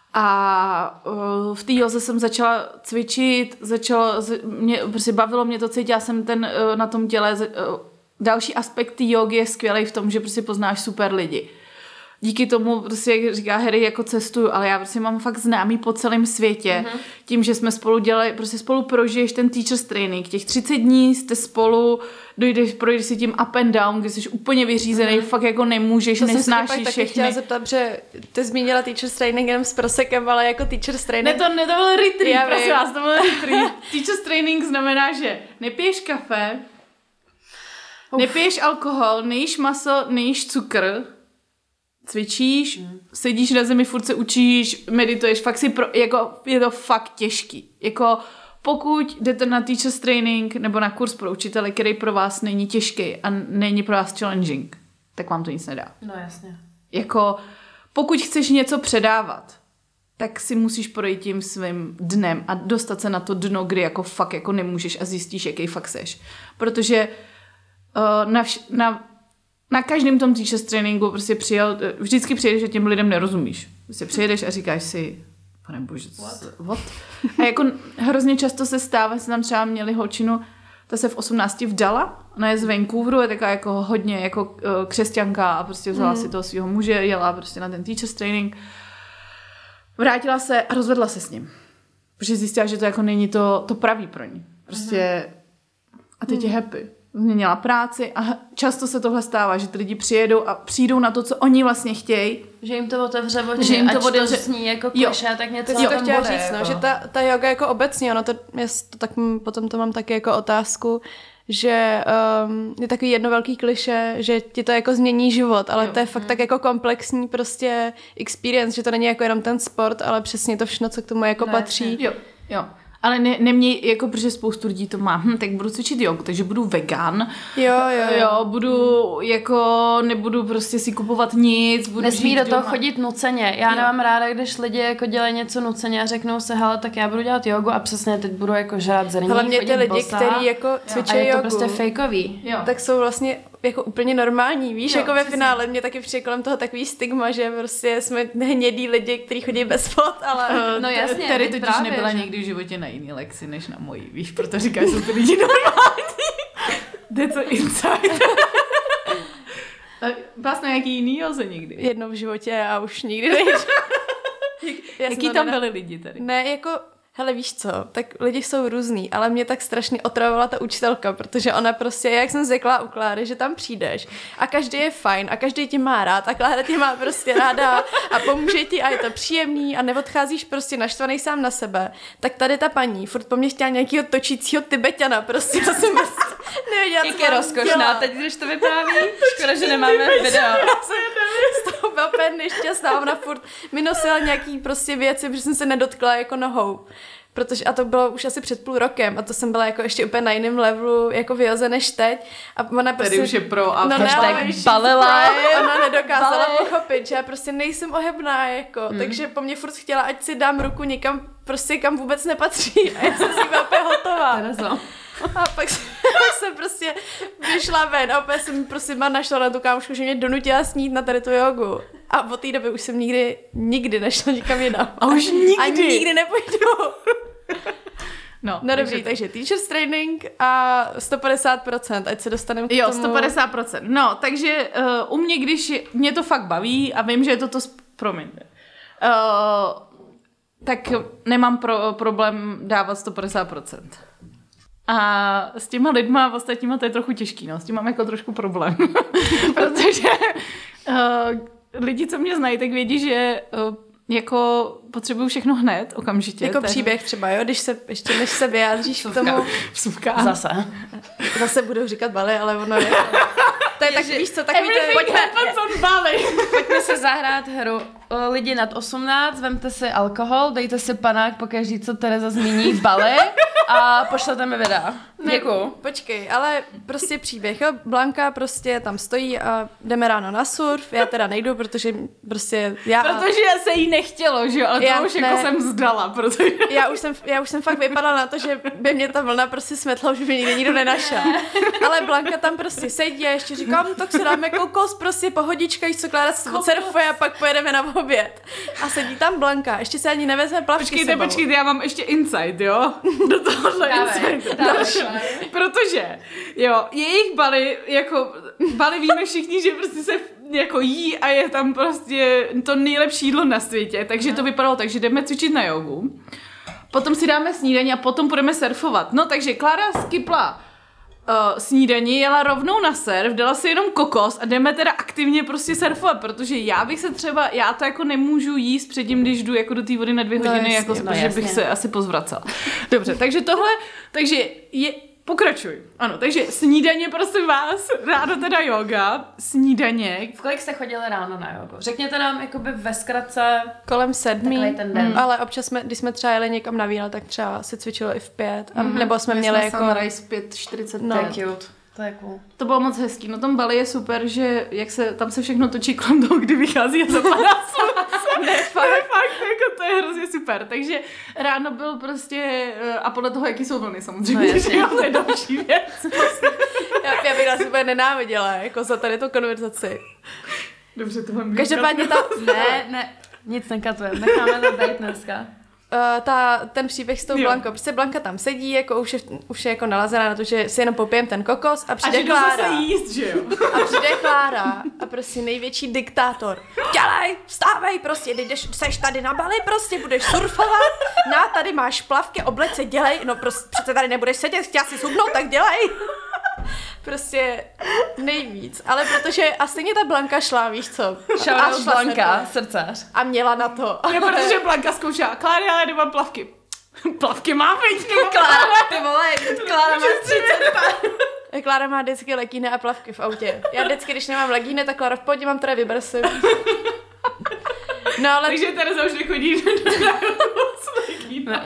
A uh, v té józe jsem začala cvičit, začala, mě, prostě bavilo mě to, cítila jsem ten uh, na tom těle. Uh, další aspekt té jógy je skvělý v tom, že prostě poznáš super lidi. Díky tomu, prostě, jak říká Harry, jako cestuju, ale já prostě mám fakt známý po celém světě. Mm-hmm. Tím, že jsme spolu dělali, prostě spolu prožiješ ten teachers training. Těch třicet dní jste spolu, dojdeš, projdeš si tím up and down, kdy jsi úplně vyřízený, mm-hmm. fakt jako nemůžeš, nesnášíš všechny. To jsem se taky chtěla zeptat, že ty zmínila teachers training jenom s prosekem, ale jako teachers training. Ne, to, ne, to byl retreat, prosím vás, to byl retreat. Teachers training znamená, že nepiješ kafe, Uf. nepiješ alkohol, nejíš maso, nejíš cukr, cvičíš, mm. sedíš na zemi, furt se učíš, medituješ, fakt si pro, jako, je to fakt těžký. Jako pokud jdete na teachers training nebo na kurz pro učitele, který pro vás není těžký a není pro vás challenging, tak vám to nic nedá. No jasně. Jako pokud chceš něco předávat, tak si musíš projít tím svým dnem a dostat se na to dno, kdy jako fakt jako nemůžeš a zjistíš, jaký fakt seš. Protože uh, na, vš- na Na každém tom teachers tréninku prostě přijel, vždycky přijedeš a těm lidem nerozumíš. Prostě přijedeš a říkáš si, pane bože, what? what? A jako hrozně často se stává, že tam třeba měli holčinu, ta se v osmnácti vdala, ona je z Vancouveru, je taková jako hodně jako křesťanka a prostě vzala mm. si toho svého muže, jela prostě na ten teachers training. Vrátila se a rozvedla se s ním. Protože zjistila, že to jako není to, to pravý pro ní. Prostě mm. a teď mm. je happy. Změnila práci a často se tohle stává, že ty lidi přijedou a přijdou na to, co oni vlastně chtějí. Že jim to otevře oči, že jim to ač otevře... to zní jako klišé, tak něco to tam chtěla bude. Říct, no, jako. že ta, ta yoga jako obecně, ono to, já to tak potom to mám taky jako otázku, že um, je takový jedno velký klišé, že ti to jako změní život, ale jo. to je fakt hmm. tak jako komplexní prostě experience, že to není jako jenom ten sport, ale přesně to všechno, co k tomu jako no, patří. Jo, jo. Ale ne, neměj, jako protože spoustu lidí to má, hm, tak budu cvičit jogu, takže budu vegan. Jo, jo, jo. jo budu, jako, nebudu prostě si kupovat nic, budu Nesmí žít do toho doma. chodit nuceně. Já jo. nemám ráda, když lidi jako dělají něco nuceně a řeknou se, hele, tak já budu dělat jogu a přesně teď budu jako žrát zrní, hlavně ty lidi, bosa, kteří jako cvičí jogu. A je to prostě fejkový. Jo. Tak jsou vlastně jako úplně normální, víš, Jo, jako ve přesně. finále mě taky přijde kolem toho takový stigma, že prostě jsme hnědí lidi, kteří chodí bez fot, ale... Uh, no jasně, Tady totiž právě, nebyla že? nikdy v životě na jiný lekci, než na mojí, víš, proto říkáš, že jsou ty lidi normální. That's an insight. Byla jsi na nějaký jiný joze někdy? Jednou v životě a už nikdy nejde. Jaký tam byli lidi tady? Ne, jako... Hele, víš co, tak lidi jsou různý, ale mě tak strašně otravovala ta učitelka, protože ona prostě, jak jsem zvykla u Kláry, že tam přijdeš a každý je fajn a každý tě má rád a Klára tě má prostě ráda a pomůže ti a je to příjemný a neodcházíš prostě naštvaný sám na sebe. Tak tady ta paní furt po mně chtěla nějakýho točícího Tibeťana, prostě to jsem prostě nevěděla, jak je rozkošná, teď když to vypráví, škoda, že nemáme video. Já jsem z toho byla úplně nešťastná, ona furt mi nosila nějaký prostě věci, protože jsem se nedotkla jako nohou. Protože, a to bylo už asi před půl rokem a to jsem byla jako ještě úplně na jiném levelu jako vyhoze než teď. A ona prostě... Tady už je pro a no ne, balila. Ona nedokázala pochopit, že já prostě nejsem ohebná jako, hmm. takže po mně furt chtěla, ať si dám ruku někam, prostě kam vůbec nepatří a já jsem si byla úplně hotová. A pak jsem, pak jsem prostě vyšla ven a opět jsem prostě má našla na tu kámošku, že mě donutila snít na tady tu jogu. A od té doby už jsem nikdy, nikdy nešla nikam jinam. A už nikdy? Ani nikdy nepůjdu. No, no dobrý, takže teachers training a sto padesát procent, ať se dostaneme k jo, tomu. Jo, sto padesát procent. No, takže uh, u mě, když mě to fakt baví a vím, že je to to, sp- promiňte, uh, tak nemám pro, problém dávat sto padesát procent. A s těma lidma ostatníma to je trochu těžký, no, s tím mám jako trošku problém. Protože uh, lidi, co mě znají, tak vědí, že uh, jako potřebuju všechno hned, okamžitě. Jako tady. Příběh třeba, jo, když se, ještě než se vyjádříš k tomu. Vsuvka. Zase. Zase budou říkat Bali, ale ono je. To je tak, víš co, takový to je. Pojďme, Bali. Pojďme se zahrát hru. Lidi nad osmnáct, vemte si alkohol, dejte si panák pokaždý, co Tereza zmíní v Bali a pošlete mi videa. Děkuju. Počkej, ale prostě příběh, jo. Blanka prostě tam stojí a jdeme ráno na surf, já teda nejdu, protože prostě já... Protože se jí nechtělo, že jo, ale já, to už ne. Jako jsem vzdala, protože... Já už jsem, já už jsem fakt vypadala na to, že by mě ta vlna prostě smetla, už by nikdy nikdo nenašel. Ale Blanka tam prostě sedí a ještě říkám, tak si dáme kokos, prostě pohodička, jíš co Klára se surfuje a pak pojedeme na oběd. A sedí tam Blanka, ještě se ani nevezme plavky počkejte, sebou. Počkejte, já mám ještě insight, jo? Do tohohle insight. Protože, jo, jejich Bali, jako, Bali víme všichni, že prostě se jako jí a je tam prostě to nejlepší jídlo na světě, takže to vypadalo tak, že jdeme cvičit na jogu, potom si dáme snídaní a potom budeme surfovat. No, takže Klára skipla Uh, snídaní, jela rovnou na surf, dala si jenom kokos a jdeme teda aktivně prostě surfovat, protože já bych se třeba, já to jako nemůžu jíst předtím, když jdu jako do té vody na dvě hodiny, no, jasně, jako, no, protože jasně. bych se asi pozvracela. Dobře, takže tohle, takže je, pokračuj. Ano, takže snídaně, prosím vás, ráno teda yoga, snídaně. V kolik jste chodili ráno na jogu? Řekněte nám jakoby ve zkratce kolem sedmi, ten den. Mm. Ale občas jsme, když jsme třeba jeli někam na výlet, tak třeba se cvičilo i v pět, mm-hmm. nebo jsme My měli jsme jako... sunrise pět čtyřicet pět. No. Cute. To je cool. To bylo moc hezký. No tom Bali je super, že jak se, tam se všechno točí kolem toho, kdy vychází a zapadá slunce. Ne, fakt. To je fakt, jako to je hrozně super. Takže ráno byl prostě, a podle toho, jaký jsou vlny samozřejmě, no, že jo, to je další věc. já, já bych nás úplně nenáviděla, jako za tady tu konverzaci. Dobře, to mám každopádně ta... Ne, ne, nic nekatujeme, necháme to být dneska. Uh, ta, ten příběh s tou Blankou. Prostě Blanka tam sedí, jako už je, už je jako nalazená na to, že si jenom popijem ten kokos a přijde a Klára. A jíst, že jo? A přijde Klára a prostě největší diktátor. Dělej, vstávej, prostě, jdeš, seš tady na Bali, prostě budeš surfovat, na, tady máš plavky, obleč se, dělej, no prostě přece tady nebudeš sedět, chtěla si subnout, tak dělej. Prostě nejvíc, ale protože a stejně ta Blanka šla, víš co? Shoutout Blanka, srdcař. A měla na to. No, protože Blanka zkoušela, Klára, ale nemám plavky. Plavky má být, Klára, ty vole, Klára má třicet. Klára má vždycky legíny a plavky v autě. Já vždycky, když nemám legíny, tak Klára v pohodě mám teda vybrsy. No ale... Takže Tereza už nechodí do s legínama.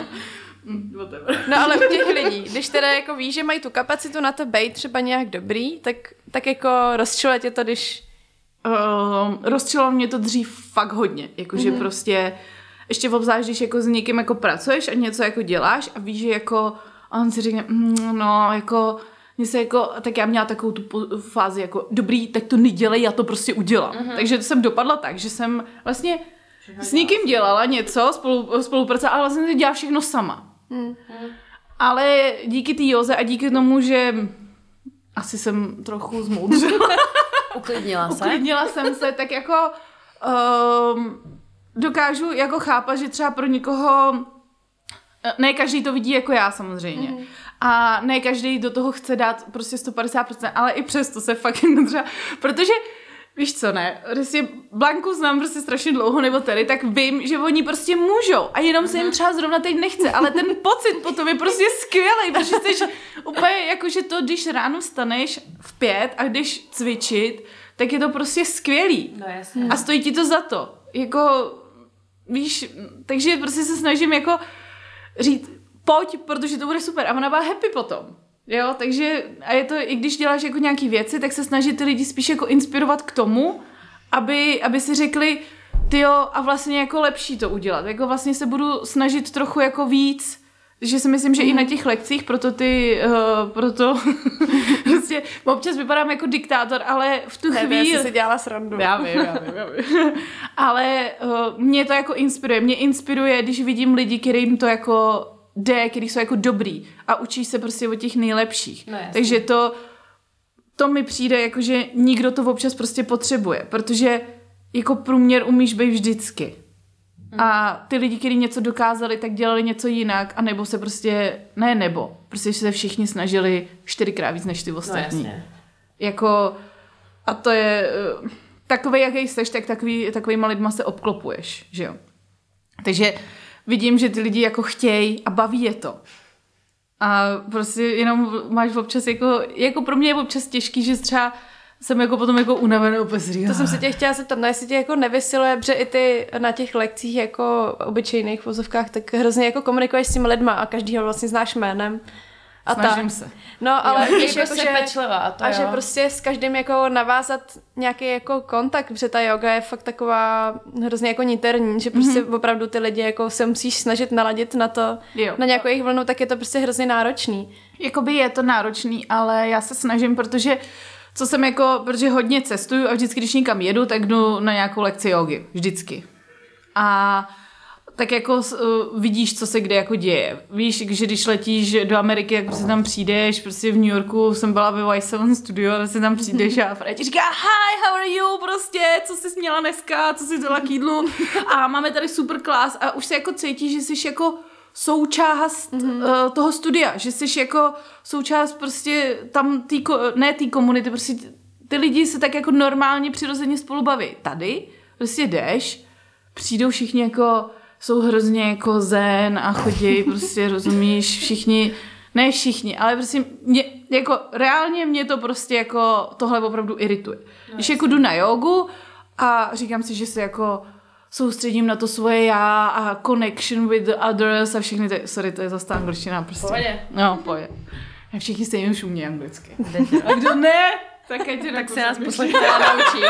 No ale u těch lidí, když teda jako víš, že mají tu kapacitu na to být třeba nějak dobrý, tak, tak jako rozčiluje tě to, když... Uh, rozčilo mě to dřív fakt hodně, jakože mm-hmm. prostě ještě obzvlášť, když jako s někým jako pracuješ a něco jako děláš a víš, že jako a on si řekne, mm, no jako mě se jako, tak já měla takovou tu fázi jako dobrý, tak to nedělej, já to prostě udělám. Mm-hmm. Takže to jsem dopadla tak, že jsem vlastně s někým dělala něco, spolu, spolupráce, ale vlastně to dělala všechno sama. Mm. Ale díky té józe a díky tomu, že asi jsem trochu zmoudřela. Uklidnila se. Uklidnila jsem se, tak jako um, dokážu jako chápat, že třeba pro někoho Ne každý to vidí jako já samozřejmě. Mm. A ne každý do toho chce dát prostě sto padesát procent, ale i přesto se fakt třeba, protože víš co, ne, prostě Blanku znám prostě strašně dlouho, nebo tady, tak vím, že oni prostě můžou a jenom se jim třeba zrovna teď nechce, ale ten pocit potom je prostě skvělej, protože jsi úplně jako, že to, když ráno vstaneš v pět a jdeš cvičit, tak je to prostě skvělý. No jasně. A stojí ti to za to. Jako, víš, takže prostě se snažím jako říct, pojď, protože to bude super. A ona byla happy potom. Jo, takže, a je to, i když děláš jako nějaký věci, tak se snaží ty lidi spíš jako inspirovat k tomu, aby, aby si řekli, tyjo, a vlastně jako lepší to udělat. Jako vlastně se budu snažit trochu jako víc, že si myslím, že mm. i na těch lekcích, proto ty, uh, proto prostě občas vypadám jako diktátor, ale v tu ne, chvíli... Já si dělala srandu. Já vím, já vím, já vím. Ale uh, mě to jako inspiruje. Mě inspiruje, když vidím lidi, kterým to jako jde, který jsou jako dobrý a učí se prostě od těch nejlepších. No, takže to, to mi přijde jako, že nikdo to občas prostě potřebuje, protože jako průměr umíš být vždycky. A ty lidi, kteří něco dokázali, tak dělali něco jinak, a nebo se prostě, ne nebo, prostě se všichni snažili čtyřikrát víc než ty ostatní. No, jako, a to je uh, takovej, jaký jsi, tak takový, takovýma lidma se obklopuješ, že jo. Takže vidím, že ty lidi jako chtějí a baví je to. A prostě jenom máš občas jako, jako pro mě je občas těžký, že třeba jsem jako potom jako unavená opezří. To jsem se tě chtěla zeptat, no jestli tě jako nevysiluje, protože i ty na těch lekcích jako obyčejných vozovkách, tak hrozně jako komunikuješ s těmi lidma a každýho vlastně znáš jménem. A Snažím tak. se. No, ale jo, víš, jako, jako, že že, pečlivá, to a jo. že prostě s každým jako navázat nějaký jako kontakt, protože ta yoga je fakt taková hrozně jako niterní, že prostě mm-hmm. opravdu ty lidi jako se musíš snažit naladit na to, jo. na nějakou jejich vlnu, tak je to prostě hrozně náročný. Jakoby je to náročný, ale já se snažím, protože co jsem jako, protože hodně cestuju a vždycky, když někam jedu, tak jdu na nějakou lekci jogy. Vždycky. A tak jako uh, vidíš, co se kde jako děje. Víš, že když letíš do Ameriky, jak prostě tam přijdeš, prostě v New Yorku jsem byla ve Y sedm studio, ale se tam přijdeš a Fred ti říká hi, how are you, prostě, co jsi měla dneska, co jsi dala k jídlu a máme tady super klas a už se jako cítíš, že jsi jako součást mm-hmm. uh, toho studia, že jsi jako součást prostě tam tý, ne té komunity, prostě ty lidi se tak jako normálně přirozeně spolu baví. Tady prostě jdeš, přijdou všichni jako jsou hrozně jako zen a chodí, prostě rozumíš, všichni, ne všichni, ale prostě mě, jako reálně mě to prostě jako tohle opravdu irituje. No, když jako jdu na jogu a říkám si, že se jako soustředím na to svoje já a connection with the others a všechny, ty, sorry, to je zase ta angličtina prostě. Pohodě. No, pohodě. A všichni stejně už umějí anglicky. A kdo ne, tak ať tak se nás posledně naučí.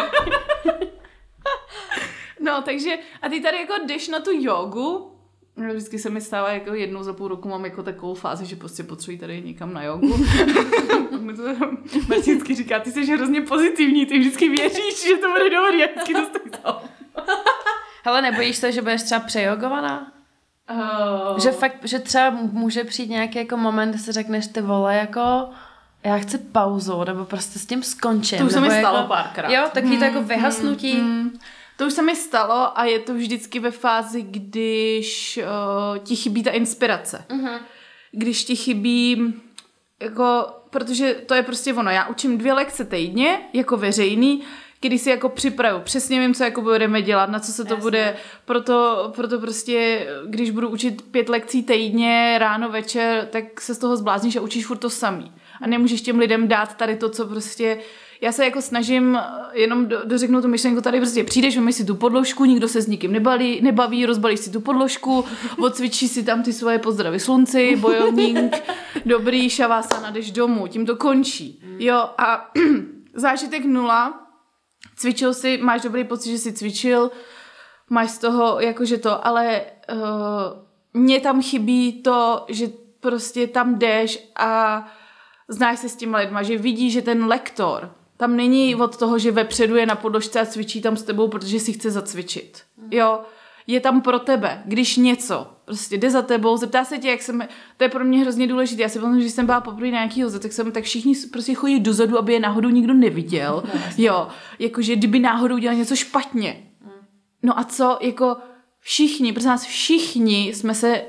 No, takže a ty tady jako jdeš na tu jogu, vždycky se mi stává jako jednou za půl roku mám jako takovou fázi, že prostě potřebuji tady někam na jogu. Martin vždycky říká, ty jsi hrozně pozitivní, ty vždycky věříš, že to bude dobrý, a vždycky to stojí tam. Hele, nebojíš se, že budeš třeba přejogovaná? Oh. Že fakt, že třeba může přijít nějaký jako moment, kdy si řekneš, ty vole, jako já chci pauzu, nebo prostě s tím skončím. To už se mi stalo jako, párkrát. Jo, takový hmm, to jako vyhasnutí. Hmm, hmm. To už se mi stalo a je to vždycky ve fázi, když uh, ti chybí ta inspirace. Uh-huh. Když ti chybí, jako, protože to je prostě ono, já učím dvě lekce týdně, jako veřejný, kdy si jako připravu, přesně vím, co jako budeme dělat, na co se to Jasně. bude, proto, proto prostě, když budu učit pět lekcí týdně, ráno, večer, tak se z toho zblázníš a učíš furt to samý. A nemůžeš těm lidem dát tady to, co prostě, já se jako snažím jenom do, dořeknout tu myšlenku, tady prostě přijdeš, vemeš si tu podložku, nikdo se s nikým nebaví, nebaví, rozbalíš si tu podložku, odcvičíš si tam ty svoje pozdravy slunci, bojovník, dobrý, šavásana, jdeš domů, tím to končí. Jo, a zážitek nula, cvičil si, máš dobrý pocit, že jsi cvičil, máš z toho jakože to, ale uh, mně tam chybí to, že prostě tam jdeš a znáš se s těma lidma, že vidíš, že ten lektor tam není od toho, že vepředu je na podložce a cvičí tam s tebou, protože si chce zacvičit. Jo, je tam pro tebe, když něco prostě jde za tebou, zeptá se tě, jak jsem, to je pro mě hrozně důležité. Já si pamatuju, že jsem byla poprvé na nějaký hoze, tak jsem, tak všichni prostě chodí dozadu, aby je náhodou nikdo neviděl. No, jo, jakože kdyby náhodou dělal něco špatně. No a co, jako všichni, protože nás všichni jsme se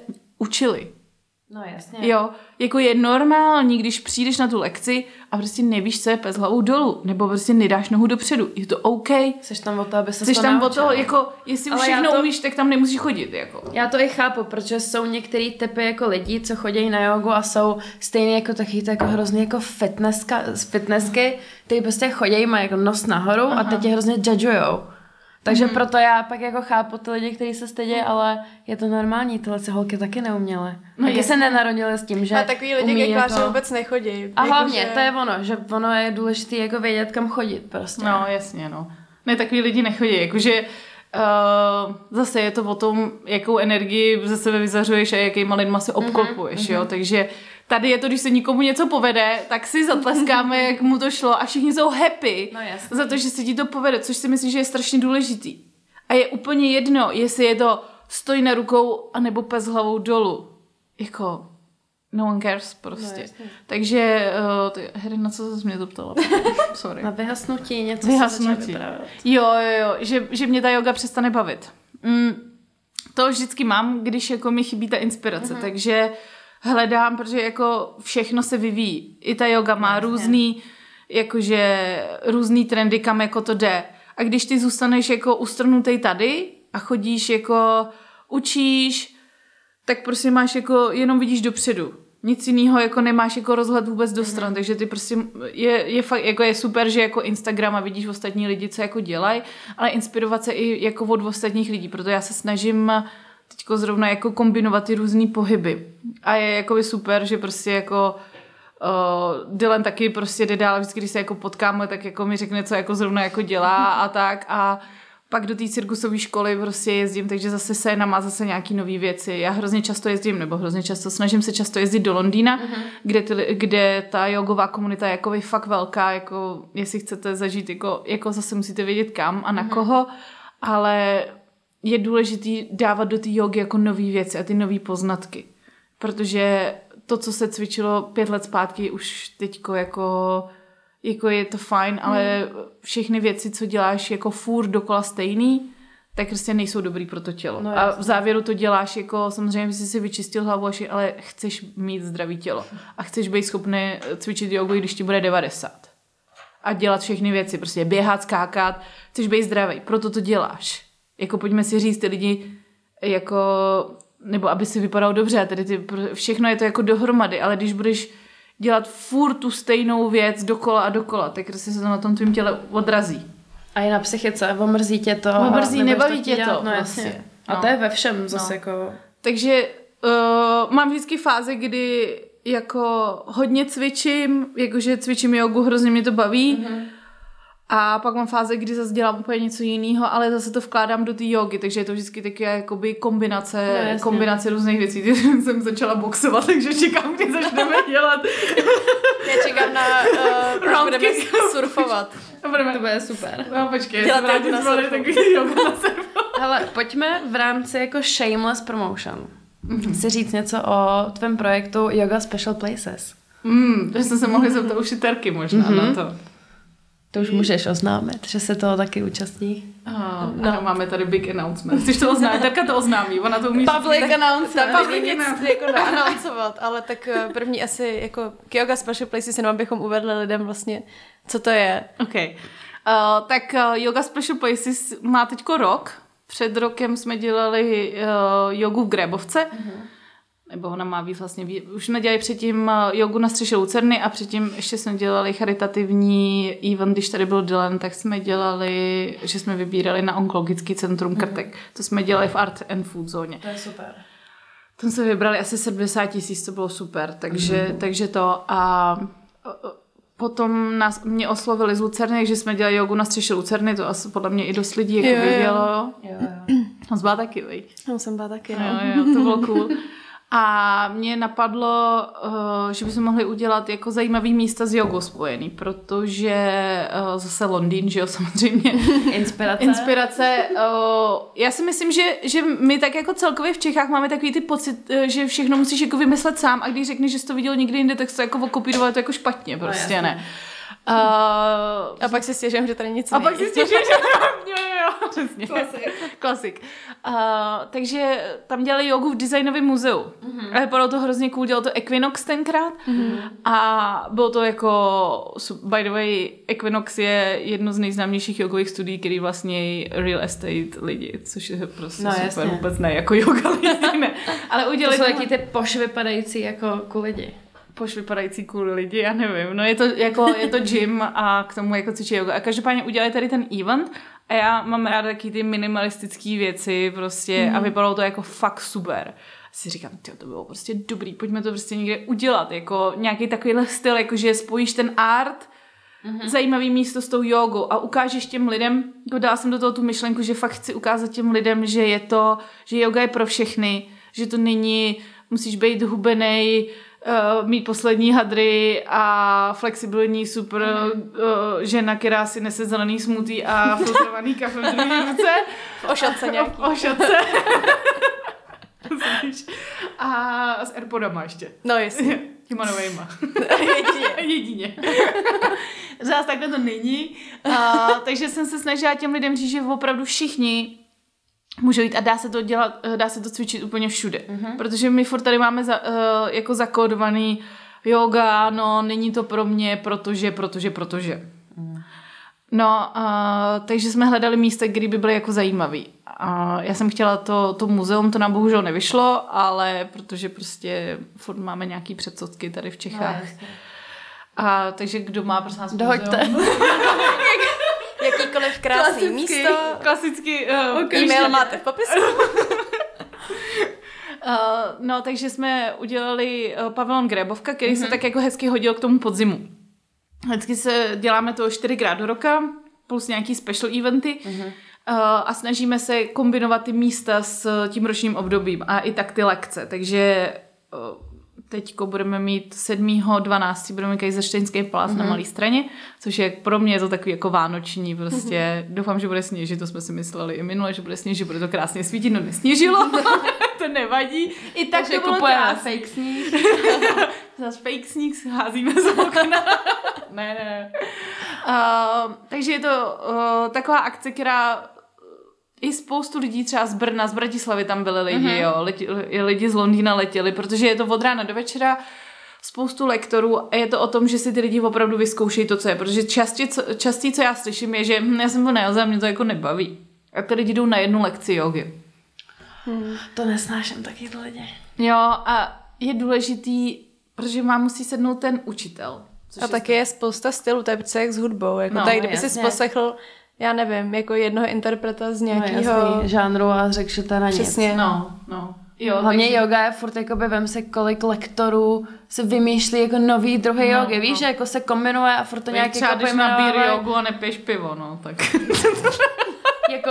učili. No jasně. Jo, jako je normální, když přijdeš na tu lekci a prostě nevíš, co je pes hlavou dolů, nebo prostě nedáš nohu dopředu. Je to OK. Jseš tam o to, aby se Jseš tam o to, jako, jestli už Ale všechno to... umíš, tak tam nemusíš chodit, jako. Já to i chápu, protože jsou některý typy jako lidí, co chodí na jogu a jsou stejně jako taky to jako hrozně jako fitnesska, fitnessky, ty prostě chodí, mají jako nos nahoru. Aha. A teď tě hrozně judgujou. Takže mm-hmm. proto já pak jako chápu ty lidi, kteří se stydí, ale je to normální, tyhle se holky taky neuměly. No taky se nenarodily s tím, že a takový lidi ke kláři jako... vůbec nechodí. A jako hlavně, že... to je ono, že ono je důležité jako vědět, kam chodit prostě. No jasně, no. Ne, takový lidi nechodí, jakože uh, zase je to o tom, jakou energii ze sebe vyzařuješ a jakýma lidma se obklopuješ, mm-hmm. jo, takže tady je to, když se nikomu něco povede, tak si zatleskáme, jak mu to šlo a všichni jsou happy no, za to, že se ti to povede, což si myslím, že je strašně důležitý. A je úplně jedno, jestli je to stoj na rukou anebo pes hlavou dolů. Jako, no one cares prostě. No, takže, uh, Hry, na co jsi mě to ptala? Sorry. Na vyhasnutí, něco vyhasnutí. se Jo, jo, jo, že, že mě ta yoga přestane bavit. Mm, to vždycky mám, když jako mi chybí ta inspirace, uh-huh. takže hledám, protože jako všechno se vyvíjí. I ta yoga má Jasně. různý, jakože různý trendy, kam jako to jde. A když ty zůstaneš jako ustrnutej tady a chodíš jako učíš, tak prostě máš jako, jenom vidíš dopředu. Nic jiného jako nemáš jako rozhled vůbec do stran, mm. takže ty prostě je, je fakt, jako je super, že jako Instagram a vidíš ostatní lidi, co jako dělají, ale inspirovat se i jako od ostatních lidí, proto já se snažím teďko zrovna jako kombinovat ty různý pohyby. A je jako super, že prostě jako uh, Dylan taky prostě jde dál, vždycky, když se jako potkáme, tak jako mi řekne, co jako zrovna jako dělá a tak a pak do té cirkusové školy prostě jezdím, takže zase Sena má zase nějaký nový věci. Já hrozně často jezdím, nebo hrozně často, snažím se často jezdit do Londýna, uh-huh. kde, ty, kde ta jogová komunita je jako fakt velká, jako jestli chcete zažít, jako, jako zase musíte vědět kam a na uh-huh. koho, ale je důležitý dávat do té jogy jako nový věci a ty nový poznatky. Protože to, co se cvičilo pět let zpátky, už teďko jako... jako je to fajn, ale všechny věci, co děláš jako furt dokola stejný, tak prostě nejsou dobrý pro to tělo. No, a v závěru to děláš jako, samozřejmě jsi si vyčistil hlavu, ale chceš mít zdravý tělo. A chceš být schopný cvičit jogu, když ti bude devadesát. A dělat všechny věci, prostě běhat, skákat, chceš být zdravý, proto to děláš. Jako pojďme si říct, ty lidi jako, nebo aby si vypadal dobře, a tedy ty, všechno je to jako dohromady, ale když budeš dělat furt tu stejnou věc dokola a dokola, tak prostě se to na tom tvým těle odrazí. A je na psychice, omrzí tě to. Omrzí, nebaví tě to. No jasně. A to je ve všem zase no. jako... Takže uh, mám vždycky fáze, kdy jako hodně cvičím, jakože cvičím jogu, hrozně mě to baví. Mm-hmm. A pak mám fáze, kdy zase dělám úplně něco jiného, ale zase to vkládám do té jogy, takže je to vždycky taky jakoby kombinace, no, kombinace různých věcí. Teď jsem začala boxovat, takže čekám, kdy začneme dělat. Já čekám na, uh, budeme surfovat. Budeme. To bude super. No počkej, já se vrátím zvali takový yoga na surfu. Hele, pojďme v rámci jako shameless promotion mm-hmm. si říct něco o tvém projektu Yoga Special Places. Mm, takže jsme se mohli zeptat už i Terky možná mm-hmm. na to. To už můžeš oznámit, že se toho taky účastní. Oh, no. Ano, máme tady big announcement. Chceš to oznámit? Terka to oznámí, ona to umí. Public tak, announcement. Tak, public announcement. Jako neannoncovat, ale tak první asi jako Yoga Special Places, jenom abychom uvedli lidem vlastně, co to je. OK. Uh, tak uh, Yoga Special Places má teďko rok. Před rokem jsme dělali uh, jogu v Grébovce. Uh-huh. Nebo ona má víc vlastně, už jsme dělali předtím jogu na střeše Lucerny a předtím ještě jsme dělali charitativní event, když tady byl Dylan, tak jsme dělali, že jsme vybírali na onkologický centrum Krtek. Mm. To jsme dělali v Art and Food zóně. To je super. Tam jsme vybrali asi sedmdesát tisíc, to bylo super, takže, mm. takže to a potom nás, mě oslovili z Lucerny, že jsme dělali jogu na střeše Lucerny, to asi podle mě i dost lidí jako jo, vědělo. Jo, jo. Tam byla taky, viď? Tam jsem byla taky, no. Jo, jo, to bylo cool. A mě napadlo, že bychom mohli udělat jako zajímavý místa s jogou spojený, protože zase Londýn, že jo, samozřejmě. Inspirace. Inspirace. Já si myslím, že, že my tak jako celkově v Čechách máme takový ty pocit, že všechno musíš jako vymyslet sám a když řekneš, že jsi to viděl někde jinde, tak se to jako okopírovalo, to jako špatně prostě, no, ne. Uh, a pak si stěžujeme, že tady nic A pak si stěžujeme, že jo, jo. Přesně. Klasik. Klasik. Uh, takže tam dělali jogu v designovém muzeu. Mm-hmm. A vypadalo to hrozně cool, dělal to Equinox tenkrát. Mm-hmm. A bylo to jako, by the way, Equinox je jedno z nejznámějších jogových studií, který vlastně real estate lidi, což je prostě no, super, jasně. Vůbec ne, jako yoga lidi, ne. Ale udělali to jsou taky ty poš vypadající jako cool lidi. Poš vypadající cool lidi, já nevím. No je to jako, je to gym a k tomu jako cvičí yoga. A každopádně udělali tady ten event a já mám ráda taky ty minimalistické věci prostě mm. a vypadalo to jako fakt super. Si říkám, tyjo, to bylo prostě dobrý, pojďme to prostě někde udělat, jako nějaký takovýhle styl, jakože spojíš ten art, mm-hmm. zajímavý místo s tou jogou a ukážeš těm lidem, jako dala jsem do toho tu myšlenku, že fakt chci ukázat těm lidem, že je to, že yoga je pro všechny, že to není, musíš být hubenej, Uh, mít poslední hadry a flexibilní super mm. uh, žena, která si nese zelený smoothie a filtrovaný kafe v druhé ruce. V ošatce nějaký. V ošatce. A s Airpodama ještě. No jestli. Těma novejma. Jedině. Jedině. Zás takhle to není. Uh, takže jsem se snažila těm lidem říct, že opravdu všichni můžou jít a dá se to dělat, dá se to cvičit úplně všude. Uh-huh. Protože my furt tady máme za, uh, jako zakódovaný yoga, no není to pro mě, protože, protože, protože. Uh-huh. No, uh, takže jsme hledali místa, kde by byly jako zajímavý. Uh, já jsem chtěla to, to muzeum, to nám bohužel nevyšlo, ale protože prostě furt máme nějaký předsudky tady v Čechách. No, a takže kdo má prosím nás dohoďte. Jakýkoliv krásný klasicky, místo. Klasicky. Uh, e-mail máte v popisku. uh, no, takže jsme udělali uh, pavilon Grébovka, který mm-hmm. se tak jako hezky hodil k tomu podzimu. Vždycky se děláme to čtyřikrát do roka, plus nějaký special eventy mm-hmm. uh, a snažíme se kombinovat ty místa s tím ročním obdobím a i tak ty lekce. Takže uh, teďko budeme mít sedmého dvanáctého budeme mít Kejzerštejnský palác mm-hmm. na Malé Straně, což je pro mě je to takový jako vánoční prostě. Mm-hmm. Doufám, že bude sněžit, to jsme si mysleli i minule, že bude sněžit, bude to krásně svítit, no nesněžilo, to nevadí. I tak takže to bylo kupujeme fake sníh. Zas fake sníh házíme z okna. ne, ne. Uh, takže je to uh, taková akce, která i spoustu lidí třeba z Brna, z Bratislavy tam byli lidi, mm-hmm. jo, lidi, lidi z Londýna letěli, protože je to od rána do večera, spoustu lektorů a je to o tom, že si ty lidi opravdu vyzkoušejí to, co je, protože častí, co, častí, co já slyším, je, že hm, já jsem to nejoza, mě to jako nebaví. A ty lidi jdou na jednu lekci jogy. Hmm. To nesnáším taky ty lidi. Jo, a je důležitý, protože vám musí sednout ten učitel. A taky je spousta stylů, to je přece jak s hudbou, jako no, tak kdyby jsi poslechl já nevím, jako jednoho interpreta z nějakého no, žánru a řekl, že to na nic. Přesně. No, no. Jo, hlavně takže... yoga je furt, jakoby vem se, kolik lektorů se vymýšlí jako nový druhý no, jogy, víš, no. že jako se kombinuje a furt to nějak třeba jako když na beer jogu a nepiješ pivo, no, tak. jako...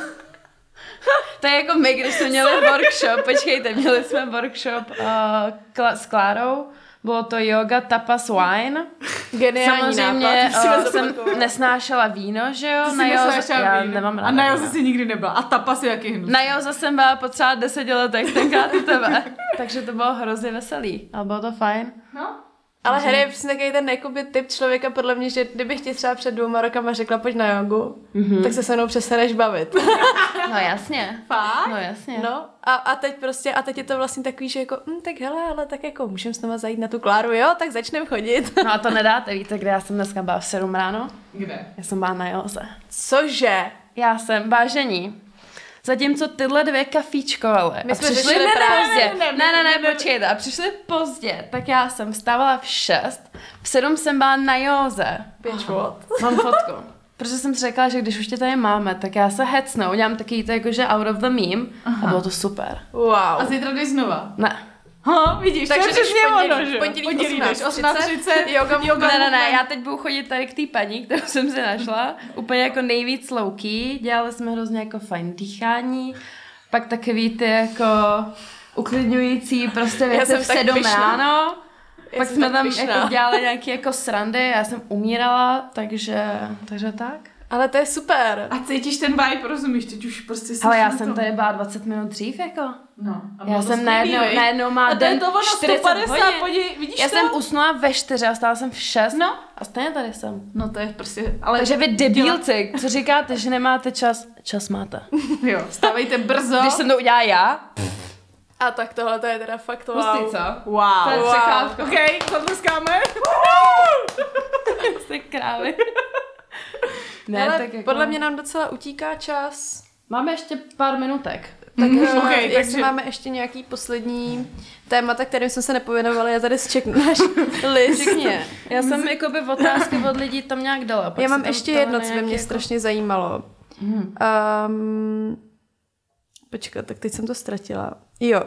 To je jako my, když jsme měli workshop, počkejte, měli jsme workshop uh, kla- s Klárou, bylo to yoga, tapas, wine. Geniální samozřejmě nápad. Uh, jsem nesnášela víno, že jo? Ty na Joze, já víno. Nemám ráda. A na Joze si nikdy nebyla. A tapas je jaký hnus. Na Joze jsem byla po třeba deseti letech tenkrát u tebe. Takže to bylo hrozně veselý. Ale bylo to fajn. No. Ale Harry je přesně takový ten jakoby, typ člověka, podle mě, že kdybych ti třeba před dvouma rokama řekla, pojď na jogu, mm-hmm. tak se se mnou přestaneš bavit. No jasně. Fakt? No jasně. No a, a teď prostě, a teď je to vlastně takový, že jako, hm, tak hele, ale tak jako můžeme s náma zajít na tu Kláru, jo, tak začneme chodit. No a to nedáte, víte, kde já jsem dneska byla v sedm ráno? Kde? Já jsem byla na Joze. Cože? Já jsem, vážení. Zatímco tyhle dvě kafíčkovaly My a jsme přišli řešili pozdě. práci. Ne, ne, ne, počkejte. A přišli pozdě, tak já jsem vstávala v šest, v sedm jsem byla na Józe. Pěčvot. Mám fotku. Protože jsem si řekla, že když už tě tady máme, tak já se hecnu, udělám takový to jakože out of the meme. Aha. A bylo to super. Wow. A zítra jdeš znova? Ne. Ha, vidíš, takže to je přesně ono, že? Pondělí, pondělí jdeš osmnáct třicet, yoga, yoga. Ne, ne, ne, já teď budu chodit tady k té paní, kterou jsem si našla. Úplně jako nejvíc low-key. Dělali jsme hrozně jako fajn dýchání. Pak takový ty jako uklidňující prostě věci v sedm ráno. Já pak jsme tam jako dělali nějaké jako srandy, já jsem umírala, takže, takže tak. Ale to je super. A cítíš ten vibe, rozumíš, teď už prostě Ale já jsem tady byla dvacet minut dřív, jako. No. Já jsem najednou, najednou má a den to je to ono, čtyřicet sto padesát, hodin. podí, vidíš Já to? jsem usnula ve čtyři a stála jsem v šest. No. A stejně tady jsem. No to je prostě, ale... Takže vy debilci, co říkáte, že nemáte čas, čas máte. Jo, stávejte brzo. Když jsem to udělala já. A tak tohle to je teda fakt wow. Pustý, co? Wow. To je wow. překládka. OK, zatleskáme. Jste krávy. Ne, ale tak jako... podle mě nám docela utíká čas. Máme ještě pár minutek. Tak mm, okay, okay, jestli takže... máme ještě nějaký poslední témata, kterým jsme se nepověnovali, já tady zčeknu náš list. Řekně. Já jsem jakoby otázky od lidí tam nějak dala. Já mám ještě jedno, co by mě jako... strašně zajímalo. Mm. Um, počkat, tak teď jsem to ztratila. Jo.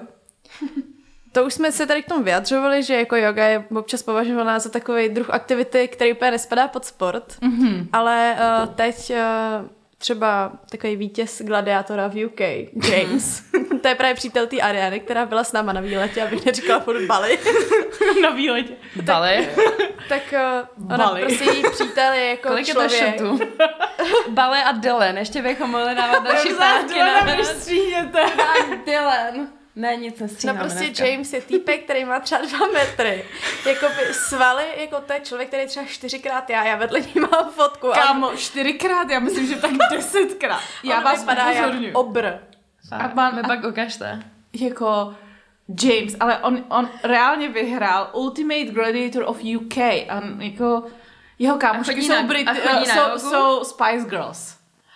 To už jsme se tady k tomu vyjadřovali, že jako yoga je občas považovaná za takový druh aktivity, který úplně nespadá pod sport, mm-hmm. ale uh, teď uh, třeba takový vítěz gladiátora v U K, James, to je právě přítel té Ariany, která byla s náma na výletě, abych neříkala furt Bali. Na výletě. Bali? Tak uh, ona Bali. prostě její přítel je jako kolik člověk. Je to šotů? Bali a Dylan, ještě bychom mohli dávat další pátky na Tak Dylan. Ne, nic nestříháme. No prostě dneska. James je týpek, který má třeba dva metry. Jakoby svaly, jako to je člověk, který je třeba čtyřikrát já, já vedle ní mám fotku. Kámo, čtyřikrát, já myslím, že tak desetkrát. Já on vás vypadá jak upozorňuji. obr. A pan, mi pak ukažte. Jako James, ale on, on reálně vyhrál Ultimate Gladiator of U K a jako jeho kámošky jsou, Brit, uh, jsou, jsou Spice Girls.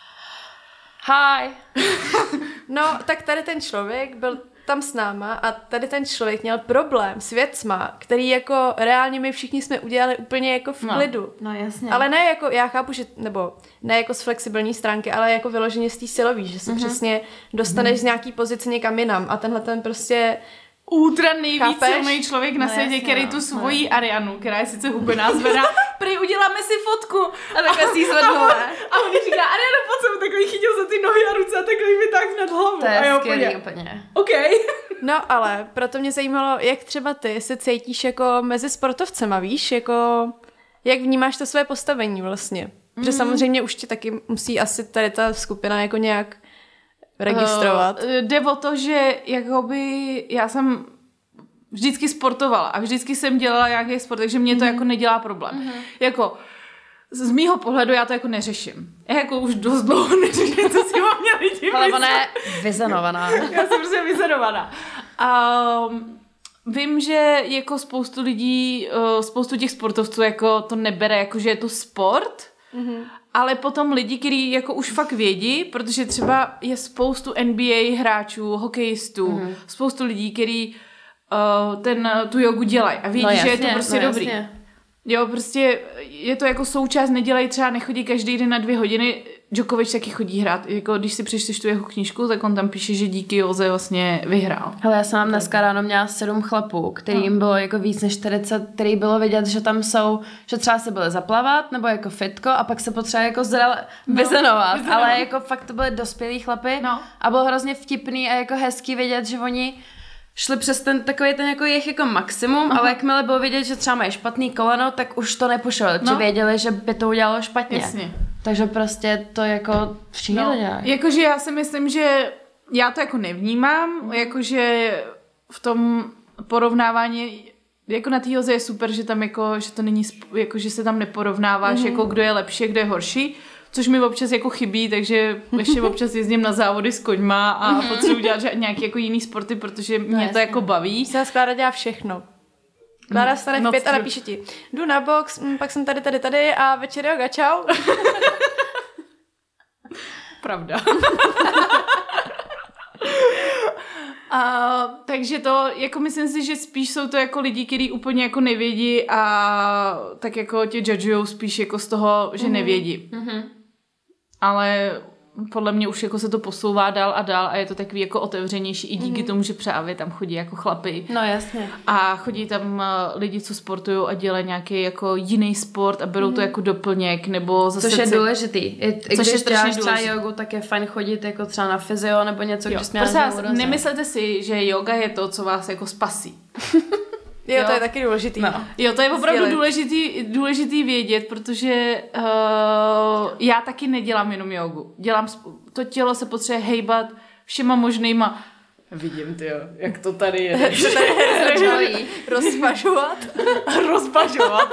Hi. No, tak tady ten člověk byl tam s náma a tady ten člověk měl problém s věcma, který jako reálně my všichni jsme udělali úplně jako v klidu. No, no jasně. Ale ne jako, já chápu, že, nebo ne jako z flexibilní stránky, ale jako vyloženě z té silový, že se mm-hmm. přesně dostaneš mm-hmm. z nějaký pozice někam jinam a tenhle ten prostě ultra nejvíc chápeš? silný člověk na No, světě, jasně, který no, tu svoji no. Arianu, která je sice hubená, zvedá, prý uděláme si fotku. A takhle si ji zvednula. A on říká, Ariana, pojď jsem, takhle chytil za ty nohy a ruce a takhle mi tak nad hlavu. To je a jo, skvělý úplně. OK. No ale proto mě zajímalo, jak třeba ty se cítíš jako mezi sportovcema, víš, jako jak vnímáš to své postavení vlastně. Protože mm. samozřejmě už ti taky musí asi tady ta skupina jako nějak registrovat. Uh, jde o to, že jakoby já jsem vždycky sportovala a vždycky jsem dělala nějaký sport, takže mě to mm. jako nedělá problém. Mm. Jako z mýho pohledu já to jako neřeším. Já jako už dost dlouho neřeším, co si o mě lidi ale ona je vyzenovaná. Já jsem prostě vyzenovaná. Um, vím, že jako spoustu lidí, uh, spoustu těch sportovců jako to nebere, jako že je to sport, mm-hmm. ale potom lidi, kteří jako už fakt vědí, protože třeba je spoustu N B A hráčů, hokejistů, mm-hmm. spoustu lidí, kteří uh, ten, tu jogu dělají a vědí, no jasně, že je to prostě no dobrý. Jasně. Jo, prostě je to jako součást, nedělají třeba, nechodí každý den na dvě hodiny. Djokovic taky chodí hrát. Jako když si přečteš tu jeho knížku, tak on tam píše, že díky Joze vlastně vyhrál. Hele, já jsem mám dneska ráno měla sedm chlapů, kterým no. bylo jako víc než čtyřicet, který bylo vidět, že tam jsou, že třeba se byly zaplavat, nebo jako fitko a pak se potřeba jako zrele no, vyzenovat. Ale jako fakt to byly dospělí chlapy no. a bylo hrozně vtipný a jako hezký vidět, že oni šli přes ten takový ten jako jejich jako maximum, aha. ale jakmile bylo vidět, že třeba mají špatný koleno, tak už to nepušovali, protože no. věděli, že by to udělalo špatně. Jasně. Takže prostě to jako všichni no. to dělají. Jakože já si myslím, že já to jako nevnímám, jakože v tom porovnávání jako na té Joze je super, že tam jako, že to není, jako že se tam neporovnáváš, mm-hmm. jako kdo je lepší, kdo je horší. Což mi občas jako chybí, takže ještě občas jezdím na závody s koňma a potřebuji dělat nějaké jako jiný sporty, protože mě no, to jako baví. Se Klára dělá všechno. Klára stane v pět a napíše ti, jdu na box, m, pak jsem tady, tady, tady a večer yoga, čau. Pravda. A, takže to, jako myslím si, že spíš jsou to jako lidi, kteří úplně jako nevědí a tak jako tě judgujou spíš jako z toho, že mm-hmm. nevědí. Mm-hmm. Ale podle mě už jako se to posouvá dál a dál a je to takový jako otevřenější i díky mm-hmm. tomu, že právě tam chodí jako chlapy. No jasně. A chodí tam lidi, co sportují a dělají nějaký jako jiný sport a berou mm-hmm. to jako doplněk nebo zase... Což je důležitý. I, Což když je strašně děláš třeba jogu, tak je fajn chodit jako třeba na fyzio nebo něco, jo, když směláš na úroze. Nemyslete si, že yoga je to, co vás jako spasí. Jo, to je taky důležitý. No. Jo, to je opravdu důležitý, důležitý vědět, protože uh, já taky nedělám jenom jogu. Dělám, to tělo se potřebuje hejbat všema možnýma. Vidím, tyjo, jak to tady je. Rozpažovat. Rozpažovat.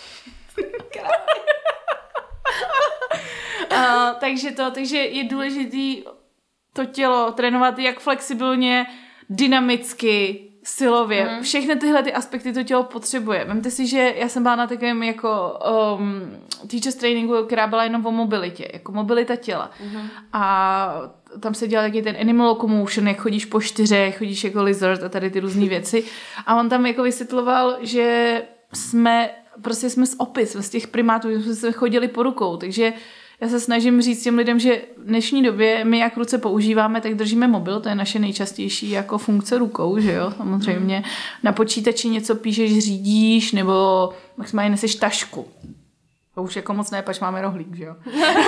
uh, takže to, takže je důležitý to tělo trénovat jak flexibilně, dynamicky, silově. Mm. Všechny tyhle ty aspekty to tělo potřebuje. Vemte si, že já jsem byla na takovém jako um, teachers trainingu, která byla jenom o mobilitě, jako mobilita těla. Mm. A tam se dělal taky ten animal locomotion, jak chodíš po čtyřech, chodíš jako lizard a tady ty různé věci. A on tam jako vysvětloval, že jsme, prostě jsme z opis, z těch primátů, jsme se chodili po rukou, takže já se snažím říct těm lidem, že v dnešní době my jak ruce používáme, tak držíme mobil, to je naše nejčastější jako funkce rukou, že jo, samozřejmě. Na počítači něco píšeš, řídíš, nebo maximálně neseš tašku. To už jako moc ne, pač máme rohlík, že jo.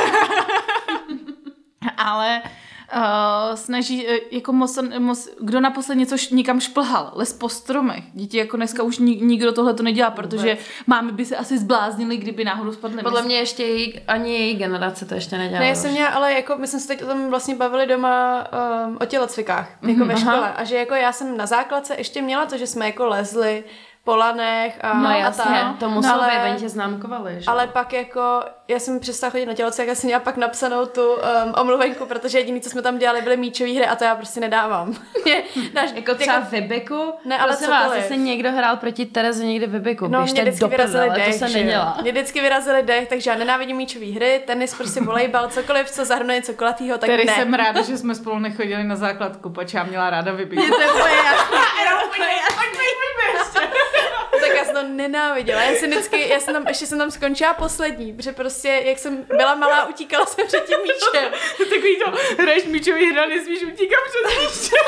Ale uh, snaží, jako moc, moc, kdo naposled něco š, nikam šplhal, les po stromech. Děti jako dneska už ni, nikdo tohle to nedělá, protože máme by se asi zbláznili, kdyby náhodou spadly. Podle mě ještě její, ani její generace to ještě nedělala. Ne, já jsem měla, ale jako my jsme se teď o tom vlastně bavili doma um, o tělocvikách, jako mm-hmm, ve škole. Aha. A že jako já jsem na základce ještě měla to, že jsme jako lezli po lanech a, no, a jasně, tak. to muselo být, oni tě známkovali, že? Ale pak jako, já jsem přestala chodit na tělocvik, já jsem měla pak napsanou tu um, omluvenku, protože jediný, co jsme tam dělali, byly míčové hry a to já prostě nedávám. Dáš, jako třeba jako, Vibiku? Ne, ale prosím vás, jestli někdo hrál proti Tereзе někdy Vibiku, no, běžte do prdele, dech, to se nedělá. Mě vždycky vyrazili dech, takže já nenávidím míčové hry, tenis, prostě volejbal, cokoliv, co zahrnuje něco kolatýho, tak Tady ne. jsem ráda, že jsme spolu nechodili na základku, pač já měla ráda Vibiku. Je to úplně jasný. Tak já jsem to nenáviděla. Já jsem vždycky, já jsem tam, ještě jsem tam skončila poslední, protože prostě, jak jsem byla malá, utíkala jsem před tím míčem. Takový to, hraješ míčový hra, nesmíš utíkat před míčem.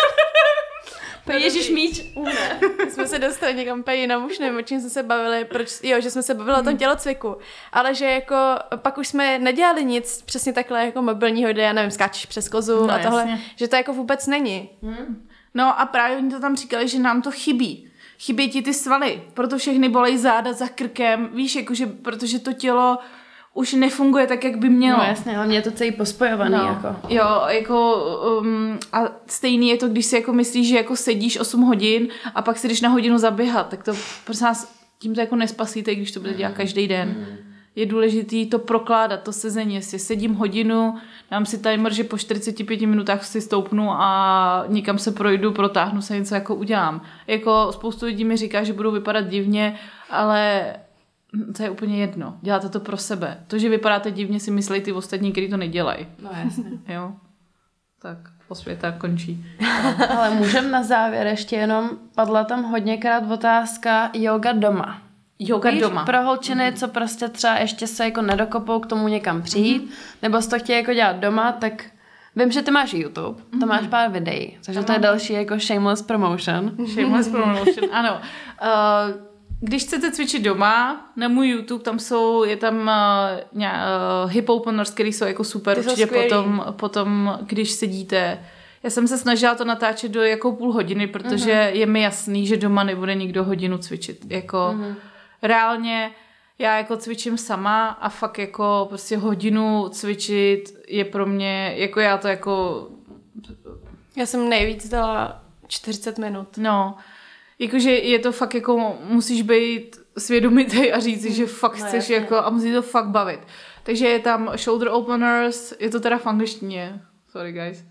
Ježíš míč, ne. Jsme se dostali někam úplně jinam, už nevím, o čím jsme se bavili, proč, jo, že jsme se bavili o tom tělocviku, ale že jako pak už jsme nedělali nic přesně takhle jako mobilního, kde já nevím, skáčeš přes kozu no, a tohle, jasně. Že to jako vůbec není. Hmm. No a právě oni to tam říkali, že nám to chybí. Chybí ti ty svaly, proto všechny bolej záda za krkem, víš, jakože, protože to tělo už nefunguje tak, jak by mělo. No jasně, hlavně je to celý pospojovaný. No. Jako. Jo, jako um, a stejný je to, když si jako myslíš, že jako sedíš osm hodin a pak si jdeš na hodinu zaběhat, tak to prosím nás tím to jako nespasíte, když to bude dělat každý den. Mm. Je důležitý to prokládat, to sezení, jestli sedím hodinu, dám si timer, že po čtyřiceti pěti minutách si stoupnu a někam se projdu, protáhnu se, něco jako udělám. Jako spoustu lidí mi říká, že budou vypadat divně, ale to je úplně jedno. Děláte to pro sebe. To, že vypadáte divně, si myslí ty ostatní, kteří to nedělají. No jasně. Jo? Tak osvěta končí. Ale můžem na závěr ještě jenom, padla tam hodněkrát otázka yoga doma. Yoga Víš, doma. Pro holčiny, co prostě třeba ještě se jako nedokopou k tomu někam přijít, mm-hmm. nebo si to chtějí jako dělat doma, tak vím, že ty máš YouTube, mm-hmm. tam máš pár videí, takže to je další jako shameless promotion. Shameless promotion, ano. Uh, když chcete cvičit doma, na můj YouTube, tam jsou, je tam uh, uh, hip openers, který jsou jako super, ty určitě potom, potom, když sedíte. Já jsem se snažila to natáčet do jako půl hodiny, protože mm-hmm. je mi jasný, že doma nebude nikdo hodinu cvičit. Jako mm-hmm. reálně já jako cvičím sama a fakt jako prostě hodinu cvičit je pro mě, jako já to jako... Já jsem nejvíc dala čtyřicet minut. No, jakože je to fakt jako, musíš být svědomitý a říct si, že fakt no, chceš jasně. jako a musí to fakt bavit. Takže je tam shoulder openers, je to teda v angličtině. Sorry guys.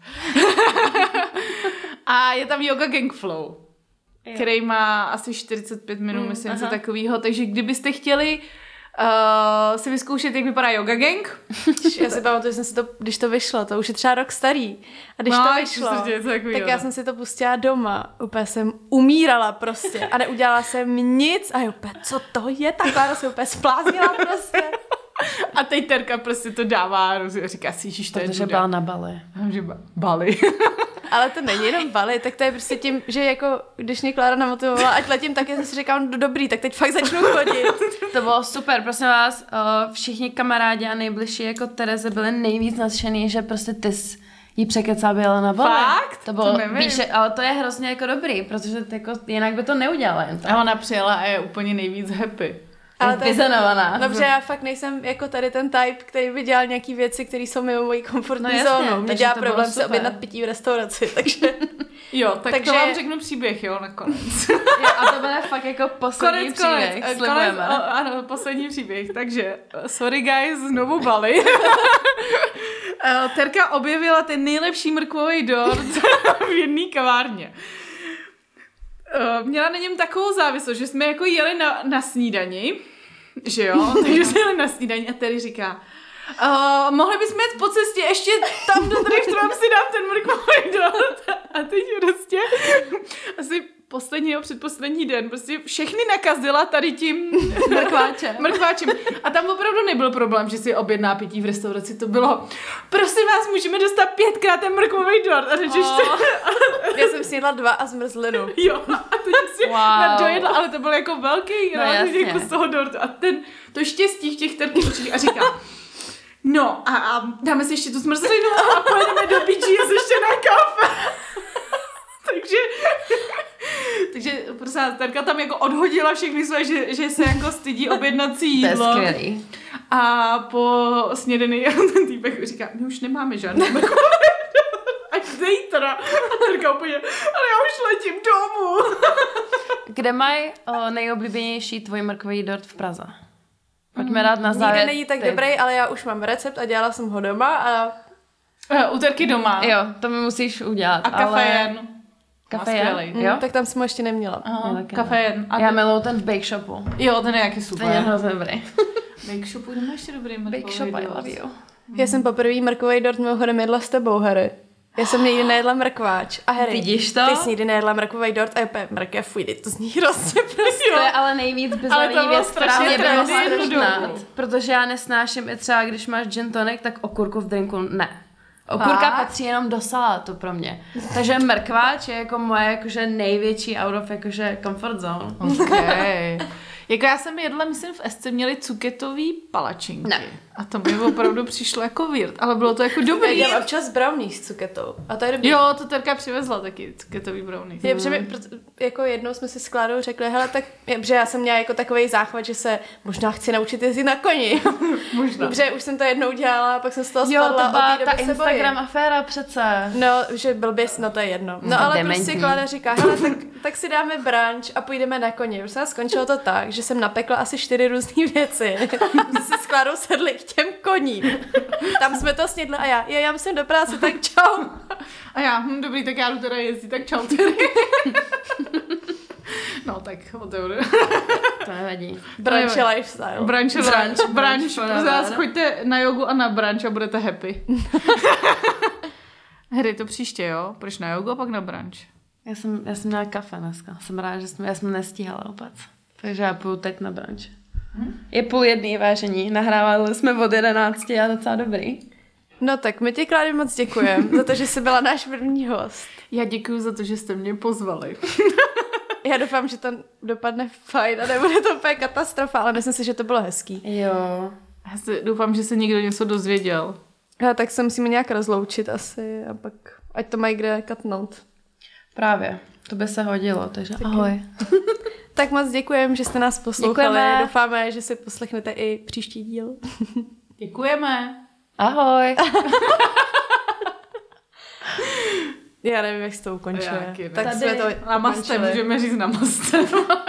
A je tam yoga gang flow, jo. který má asi čtyřicet pět minut, mm, myslím, něco takového. Takže kdybyste chtěli uh, si vyzkoušet, jak vypadá yoga gang. Já si pamatuju, že jsem si to, když to vyšlo, to už je třeba rok starý. A když no, to vyšlo, takový, tak já jsem si to pustila doma. Úplně jsem umírala prostě a neudělala jsem nic. A jo, co to je? Takhle se úplně spláznila prostě. A teď Terka prostě to dává a říká si, že to je protože byla na Bali. Že Bali. Ale to není jenom Bali, tak to je prostě tím, že jako, když mě Klára namotivovala, ať letím, tak já jsem si říkala, no dobrý, tak teď fakt začnu chodit. To bylo super, prosím vás, všichni kamarádi a nejbližší jako Tereze byli nejvíc nadšený, že prostě ty jsi jí překecá byla na bole. Fakt? To bylo, To nevím. víš, ale to je hrozně jako dobrý, protože jako, jinak by to neudělala jen tak. A ona přijela a je úplně nejvíc happy. Ale Ale to je- vyzenovaná. Dobře, já fakt nejsem jako tady ten type, který by dělal nějaký věci, které jsou mimo mojí komfortní No jasně, zónu. Mě takže dělá to bylo problém se super. objednat pití v restauraci, takže... Jo, tak Takže- to vám řeknu příběh, jo, nakonec. Jo, a to bude fakt jako poslední Konec, příběh, konec, konec, slibujeme. o, ano, poslední příběh. Takže, sorry guys, znovu Bali. Eh, Terka objevila ten nejlepší mrkvový dort v jedné kavárně. Eh, Měla na něm takovou závislost, že jsme jako jeli na, na snídani, že jo, takže jsme jeli na snídani a Terry říká, Uh, mohli bychom jít po cestě ještě tam do driftu, vám si dám ten mrkvový dort. A teď prostě asi poslední nebo předposlední den prostě všechny nakazila tady tím Mrkváčem. mrkváčem. A tam opravdu nebyl problém, že si objedná pití v restauraci. To bylo, prosím vás, můžeme dostat pětkrát ten mrkvový dort. A řečeš Oh. Já jsem snědla dva a zmrzlinu. jo, a to si Wow. wow. dojedla, ale to byl jako velký No, relativně jasně. kus toho dortu. A ten, to štěstí v těch terkých očích a říká, no a, a dáme si ještě tu zmrzlinu a pojedeme do Bee Gees ještě na kafe. takže, takže prostě Terka tam jako odhodila všechny své, že, že se jako stydí objednat si To je jídlo. skvělý. A po snědení ten týpek říká, my už nemáme žádné mrkvové, až zítra. A Terka úplně, ale já už letím domů. Kde mají o, nejoblíbenější tvůj mrkvový dort v Praze? Pojďme rád na závěr. Nikdy není tak ty. dobrý, ale já už mám recept a dělala jsem ho doma a Uh, u Terky doma. Jo, to mi musíš udělat. A kafejen. Ale... Kafejen? Skvělej. Jo? mm, tak tam jsem ho ještě neměla. Aha, Já taky kafejen. A Já ty- miluju ten v Bake Shopu. Jo, ten je jaký To je super. hrozně dobrý. Bake Shopu, kde máš ještě dobrý Bake mrkvový Shop, I dort? love you. Já jsem poprvý mrkový dort mimochodem jedla s tebou, Harry. Já jsem nikdy nejedla mrkváč. A Harry, Vidíš to? ty jsi nikdy nejedla mrkový dort a je úplně mrkev, fuj, teď to zní hrozně prostě. To je ale nejvíc Ale to bizarní bylo věc, která strašně mě byla trendy jednu strašná. dobu. Protože já nesnáším i třeba, když máš gin tonic, tak okurku v drinku ne. Okurka Fakt? patří jenom do salátu pro mě. Takže mrkváč je jako moje jakože největší out of jakože comfort zone. Okay. Jako já jsem jedla, myslím, v Esce měli cuketový palačinky. Ne. A to mi opravdu přišlo jako weird, ale bylo to jako Já dobrý. dělám občas brownies s cuketou. A to je dobrý. Jo, to Terka přivezla taky cuketový brownies. Je, protože my, proto- jako jednou jsme si s Klárou řekli, hele, tak, je, protože já jsem měla jako takový záchvat, že se možná chci naučit jezdit na koni. Možná. Dobře, už jsem to jednou udělala, a pak jsem z toho Jo, spadla to a byla od té ta doby se Instagram bojím. aféra přece. No, že blbě, no to je jedno. No To ale dementní. prostě Klára říká, hele, tak, tak si dáme brunch a půjdeme na koni. Prostě skončilo to tak, že jsem napekla asi čtyři různé věci. Že si s Klárou sedli k těm koním. Tam jsme to snědli a já, je, já musím do práce, tak čau. A já, hm, dobrý, tak já jdu teda jezdit, tak čau tedy. No tak, whatever. To nevadí. Brunch je lifestyle. Brunch, Brunch, brunch, brunch, brunch. Prosím forever. vás, choďte na jogu a na brunch a budete happy. Hry, to příště, jo? Proč na jogu a pak na brunch? Já jsem, já jsem měla kafe dneska. Jsem ráda, že jsme, já jsem nestíhala vůbec. Takže já půjdu teď na brunch. Hmm? Je půl jedný, vážení. Nahrávali jsme od jedenácti a docela dobrý. No tak my ti, Kláry, moc děkujeme za to, že jsi byla náš první host. Já děkuju za to, že jste mě pozvali. Já doufám, že to dopadne fajn a nebude to úplně katastrofa, ale myslím si, že to bylo hezký. Jo. Já si, doufám, že se někdo něco dozvěděl. A tak se musíme nějak rozloučit asi a pak ať to mají kde katnout. Právě. To by se hodilo, takže ahoj. Tak moc děkujeme, že jste nás poslouchali. Děkujeme. Doufáme, že si poslechnete i příští díl. Děkujeme. Ahoj. Já nevím, jak se to ukončuje. Já taky ne. Tak Tady jsme to Namaste, ukončili. můžeme říct namaste.